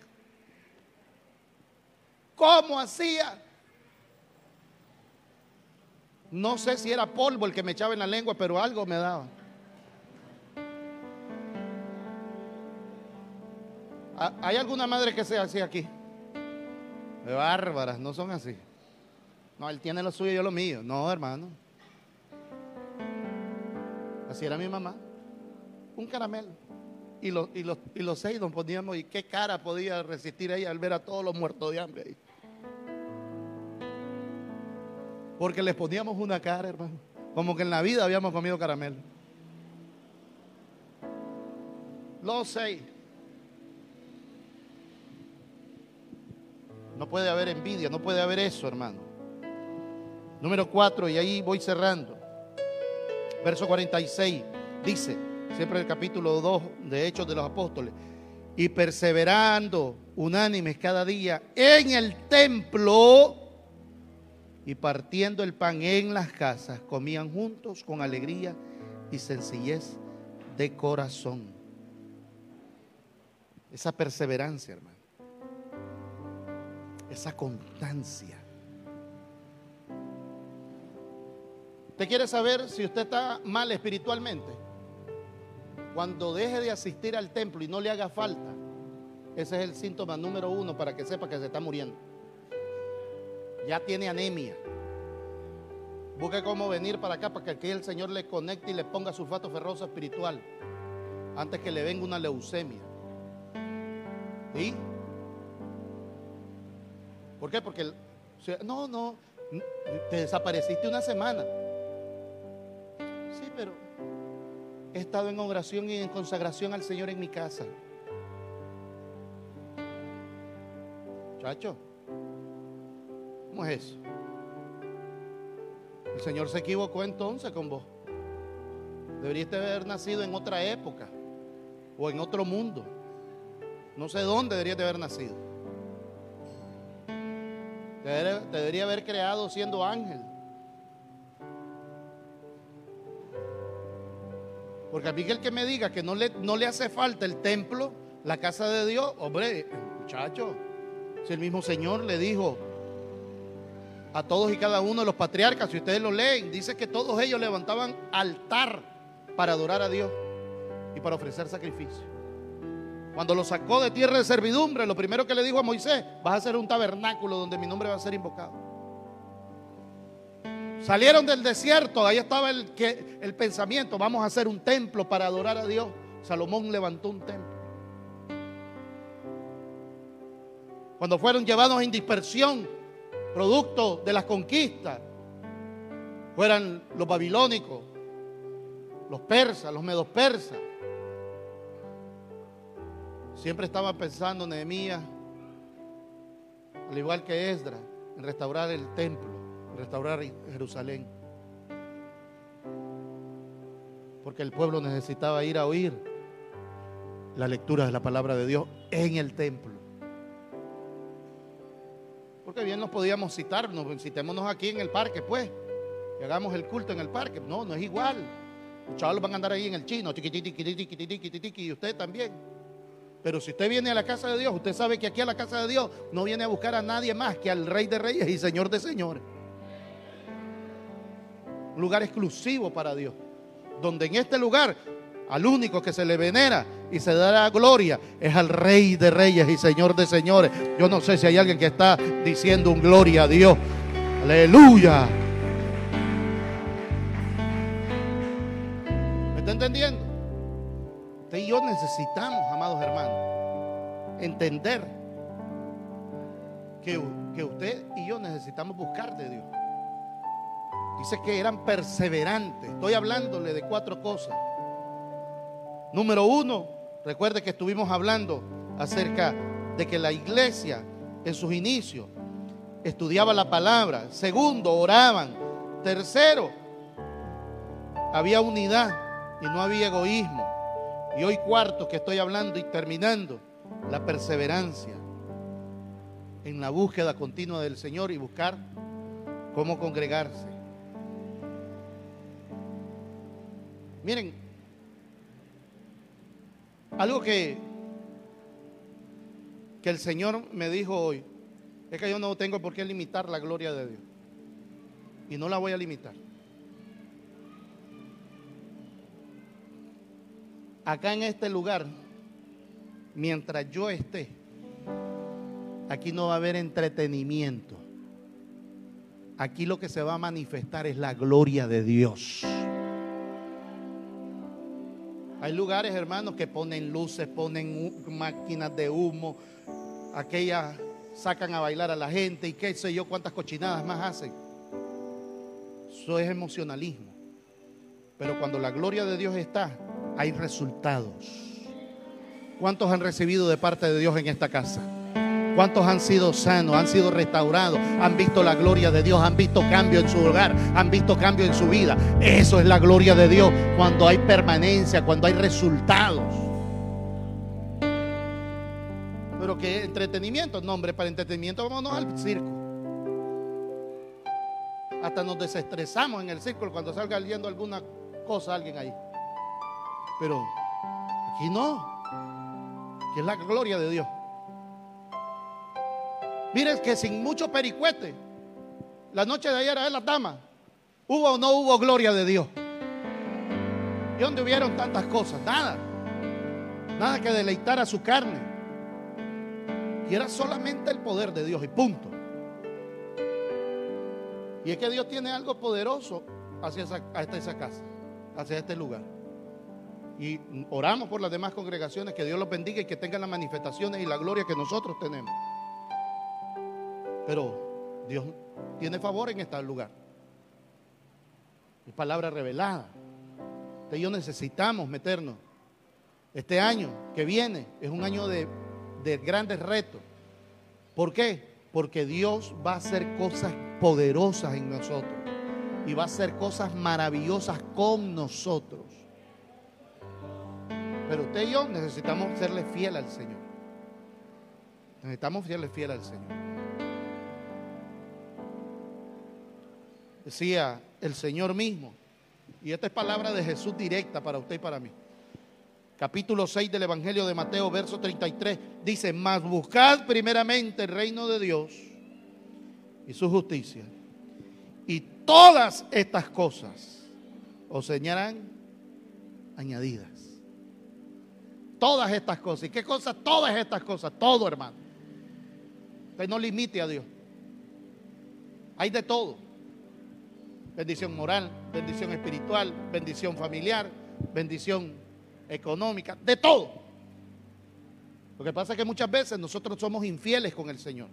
¿Cómo hacía? No sé si era polvo el que me echaba en la lengua, pero algo me daba. ¿Hay alguna madre que sea así aquí? De bárbaras, no son así. No, él tiene lo suyo y yo lo mío. No, hermano. Así era mi mamá. Un caramelo. Y los 6 nos poníamos. ¿Y qué cara podía resistir ella al ver a todos los muertos de hambre ahí? Porque les poníamos una cara, hermano. Como que en la vida habíamos comido caramelo. Los 6. No puede haber envidia, no puede haber eso, hermano. Número 4, y ahí voy cerrando. Verso 46, dice, siempre el capítulo 2 de Hechos de los Apóstoles, y perseverando unánimes cada día en el templo y partiendo el pan en las casas, comían juntos con alegría y sencillez de corazón. Esa perseverancia, hermano. Esa constancia. ¿Usted quiere saber si usted está mal espiritualmente? Cuando deje de asistir al templo y no le haga falta, ese es el síntoma número 1 para que sepa que se está muriendo. Ya tiene anemia. Busque cómo venir para acá para que aquí el Señor le conecte y le ponga sulfato ferroso espiritual antes que le venga una leucemia. ¿Sí? ¿Por qué? Porque no, te desapareciste una semana. Sí, pero he estado en oración y en consagración al Señor en mi casa. Chacho, ¿cómo es eso? El Señor se equivocó entonces con vos. Deberías haber nacido en otra época o en otro mundo. No sé dónde deberías de haber nacido. Te debería haber creado siendo ángel. Porque a mí el que me diga que no le hace falta el templo, la casa de Dios, hombre, muchacho, si el mismo Señor le dijo a todos y cada uno de los patriarcas, si ustedes lo leen, dice que todos ellos levantaban altar para adorar a Dios y para ofrecer sacrificio. Cuando lo sacó de tierra de servidumbre, lo primero que le dijo a Moisés: vas a hacer un tabernáculo donde mi nombre va a ser invocado. Salieron del desierto, ahí estaba el pensamiento: vamos a hacer un templo para adorar a Dios. Salomón levantó un templo. Cuando fueron llevados en dispersión, producto de las conquistas, fueran los babilónicos, los persas, los medos persas, siempre estaba pensando Nehemías, al igual que Esdras, en restaurar el templo, en restaurar Jerusalén. Porque el pueblo necesitaba ir a oír la lectura de la palabra de Dios en el templo. Porque bien nos podíamos citémonos aquí en el parque, pues, y hagamos el culto en el parque. No, no es igual. Los chavales van a andar ahí en el chino, y usted también. Pero si usted viene a la casa de Dios, usted sabe que aquí a la casa de Dios no viene a buscar a nadie más que al Rey de Reyes y Señor de Señores. Un lugar exclusivo para Dios, donde en este lugar al único que se le venera y se da la gloria es al Rey de Reyes y Señor de Señores. Yo no sé si hay alguien que está diciendo un gloria a Dios. Aleluya. ¿Me está entendiendo? Usted y yo necesitamos, amados hermanos, entender que usted y yo necesitamos buscar de Dios. Dice que eran perseverantes. Estoy hablándole de 4 cosas. Número 1, recuerde que estuvimos hablando acerca de que la iglesia en sus inicios estudiaba la palabra. Segundo, oraban. Tercero, había unidad y no había egoísmo. Y hoy cuarto, que estoy hablando y terminando, la perseverancia en la búsqueda continua del Señor y buscar cómo congregarse. Miren, algo que el Señor me dijo hoy es que yo no tengo por qué limitar la gloria de Dios. Y no la voy a limitar. Acá en este lugar, mientras yo esté, aquí no va a haber entretenimiento. Aquí lo que se va a manifestar es la gloria de Dios. Hay lugares, hermanos, que ponen luces, ponen máquinas de humo, aquellas sacan a bailar a la gente y qué sé yo cuántas cochinadas más hacen. Eso es emocionalismo. Pero cuando la gloria de Dios está, hay resultados. ¿Cuántos han recibido de parte de Dios en esta casa? ¿Cuántos han sido sanos, han sido restaurados, han visto la gloria de Dios, han visto cambio en su hogar, han visto cambio en su vida? Eso es la gloria de Dios, cuando hay permanencia, cuando hay resultados. Pero que entretenimiento, no, hombre, para entretenimiento vámonos al circo. Hasta nos desestresamos en el circo cuando salga viendo alguna cosa alguien ahí. Pero aquí no, aquí es la gloria de Dios. Miren que sin mucho pericuete, la noche de ayer a las damas, ¿hubo o no hubo gloria de Dios? ¿Y dónde hubieron tantas cosas? Nada que deleitar a su carne. Y era solamente el poder de Dios y punto. Y es que Dios tiene algo poderoso hacia esa casa, hacia este lugar. Y oramos por las demás congregaciones, que Dios los bendiga y que tengan las manifestaciones y la gloria que nosotros tenemos. Pero Dios tiene favor en este lugar. Es palabra revelada. Entonces yo necesitamos meternos. Este año que viene es un año de grandes retos. ¿Por qué? Porque Dios va a hacer cosas poderosas en nosotros. y va a hacer cosas maravillosas con nosotros. Pero usted y yo necesitamos serle fiel al Señor. Necesitamos serle fiel al Señor. Decía el Señor mismo, y esta es palabra de Jesús directa para usted y para mí. Capítulo 6 del Evangelio de Mateo, verso 33, dice: mas buscad primeramente el reino de Dios y su justicia, y todas estas cosas os serán añadidas. Todas estas cosas. ¿Y qué cosas? Todas estas cosas. Todo, hermano. Usted no limite a Dios. Hay de todo. Bendición moral, bendición espiritual, bendición familiar, bendición económica, de todo. Lo que pasa es que muchas veces nosotros somos infieles con el Señor.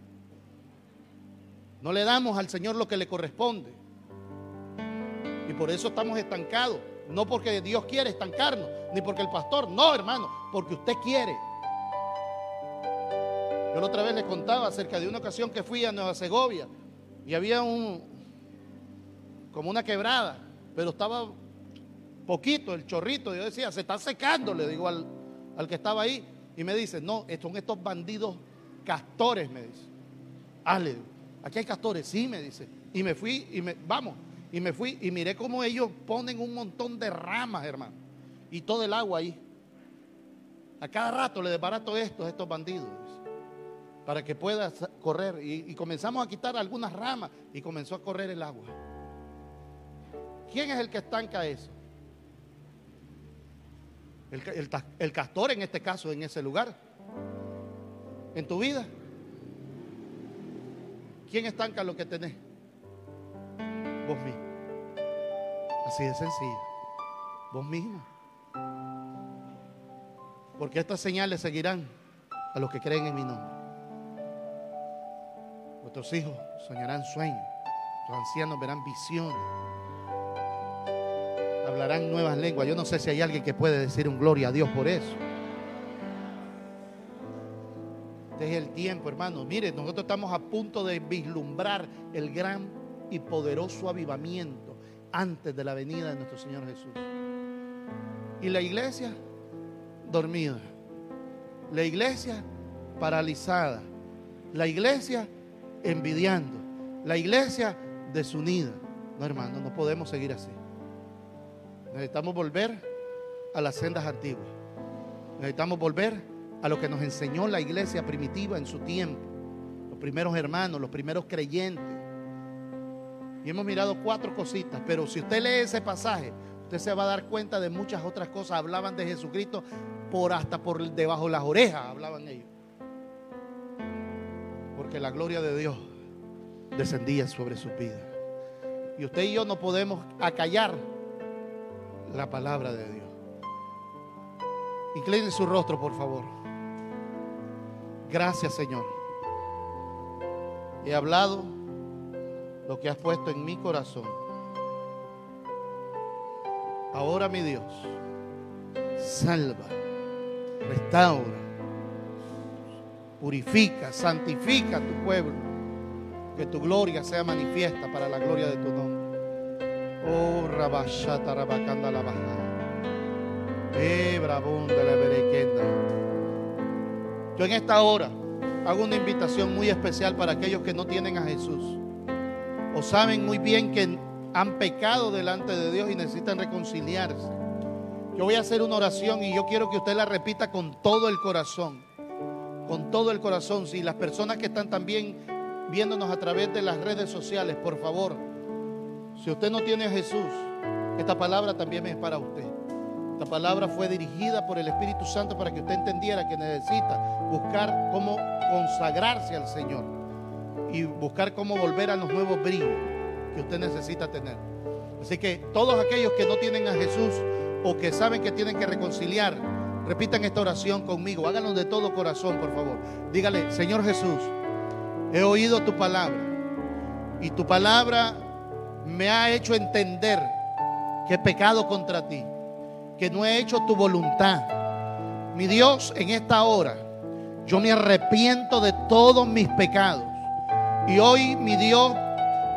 No le damos al Señor lo que le corresponde. Y por eso estamos estancados. No porque Dios quiere estancarnos, ni porque el pastor, no, hermano, porque usted quiere. Yo la otra vez les contaba acerca de una ocasión que fui a Nueva Segovia y había como una quebrada, pero estaba poquito el chorrito. Yo decía, se está secando, le digo al que estaba ahí, y me dice, no, son estos bandidos castores, me dice. Ah, le digo, aquí hay castores, sí, me dice. Y me fui, y me fui y miré cómo ellos ponen un montón de ramas, hermano, y todo el agua ahí. A cada rato le desbarato estos bandidos, para que pueda correr. Y comenzamos a quitar algunas ramas y comenzó a correr el agua. ¿Quién es el que estanca eso? El castor, en este caso, en ese lugar. En tu vida, ¿quién estanca lo que tenés? Vos mismo. Así de sencillo. Vos mismo. Porque estas señales seguirán a los que creen en mi nombre. Vuestros hijos soñarán sueños, tus ancianos verán visiones, hablarán nuevas lenguas. Yo no sé si hay alguien que puede decir un gloria a Dios por eso. Este es el tiempo, hermano. Mire, nosotros estamos a punto de vislumbrar el gran y poderoso avivamiento antes de la venida de nuestro Señor Jesús. Y la iglesia dormida, la iglesia paralizada, la iglesia envidiando, la iglesia desunida. No, hermano, no podemos seguir así. Necesitamos volver a las sendas antiguas. Necesitamos volver a lo que nos enseñó la iglesia primitiva en su tiempo, los primeros hermanos, los primeros creyentes. Y hemos mirado 4 cositas, pero si usted lee ese pasaje, usted se va a dar cuenta de muchas otras cosas. Hablaban de Jesucristo hasta por debajo de las orejas, hablaban ellos. Porque la gloria de Dios descendía sobre sus vidas. Y usted y yo no podemos acallar la palabra de Dios. Incline su rostro, por favor. Gracias, Señor. He hablado lo que has puesto en mi corazón. Ahora, mi Dios, salva, restaura, purifica, santifica a tu pueblo. Que tu gloria sea manifiesta para la gloria de tu nombre. Oh, Rabashata Rabacanda la Baja. Brabunda la Berequenda. Yo en esta hora hago una invitación muy especial para aquellos que no tienen a Jesús o saben muy bien que han pecado delante de Dios y necesitan reconciliarse. Yo voy a hacer una oración y yo quiero que usted la repita con todo el corazón. Con todo el corazón. Si las personas que están también viéndonos a través de las redes sociales, por favor, si usted no tiene a Jesús, esta palabra también es para usted. Esta palabra fue dirigida por el Espíritu Santo para que usted entendiera que necesita buscar cómo consagrarse al Señor y buscar cómo volver a los nuevos brillos que usted necesita tener. Así que todos aquellos que no tienen a Jesús o que saben que tienen que reconciliar, repitan esta oración conmigo. Háganlo de todo corazón, por favor. Dígale: Señor Jesús, he oído tu palabra y tu palabra me ha hecho entender que he pecado contra ti, que no he hecho tu voluntad. Mi Dios, en esta hora yo me arrepiento de todos mis pecados y hoy, mi Dios,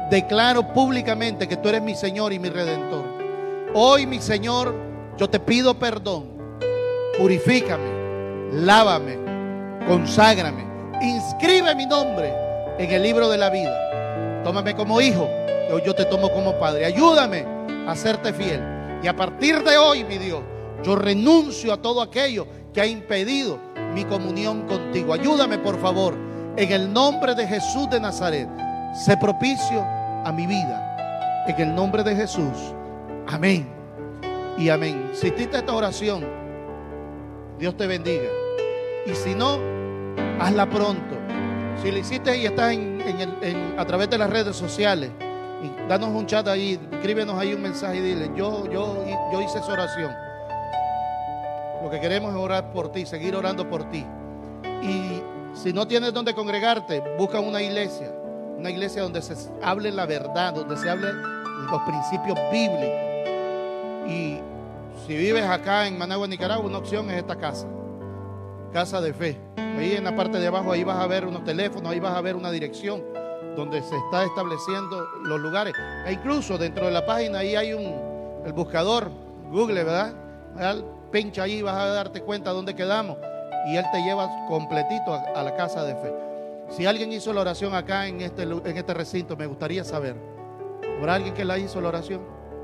declaro públicamente que tú eres mi Señor y mi Redentor. Hoy, mi Señor, yo te pido perdón. Purifícame, lávame, conságrame, inscribe mi nombre en el libro de la vida. Tómame como hijo, que hoy yo te tomo como padre. Ayúdame a serte fiel. Y a partir de hoy, mi Dios, yo renuncio a todo aquello que ha impedido mi comunión contigo. Ayúdame, por favor, en el nombre de Jesús de Nazaret. Sé propicio a mi vida. En el nombre de Jesús. Amén y amén. Si hiciste esta oración, Dios te bendiga. Y si no, hazla pronto. Si lo hiciste y estás a través de las redes sociales, y danos un chat ahí, escríbenos ahí un mensaje y dile, yo hice esa oración. Lo que queremos es orar por ti, seguir orando por ti. Y si no tienes donde congregarte, busca una iglesia donde se hable la verdad, donde se hable los principios bíblicos. Y si vives acá en Managua, Nicaragua, una opción es esta casa de fe. Ahí en la parte de abajo, ahí vas a ver unos teléfonos, ahí vas a ver una dirección donde se está estableciendo los lugares. E incluso dentro de la página ahí hay el buscador, Google, ¿verdad? Pincha ahí, vas a darte cuenta dónde quedamos y Él te lleva completito a la casa de fe. Si alguien hizo la oración acá en este recinto, me gustaría saber. ¿Habrá alguien que la hizo la oración?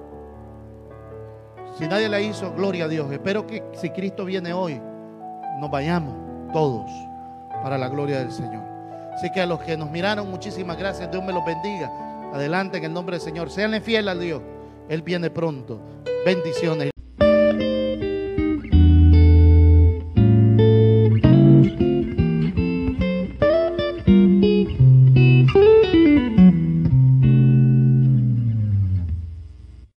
Si nadie la hizo, gloria a Dios. Espero que si Cristo viene hoy, nos vayamos todos para la gloria del Señor. Así que a los que nos miraron, muchísimas gracias. Dios me los bendiga. Adelante en el nombre del Señor. Seanle fiel a Dios. Él viene pronto. Bendiciones.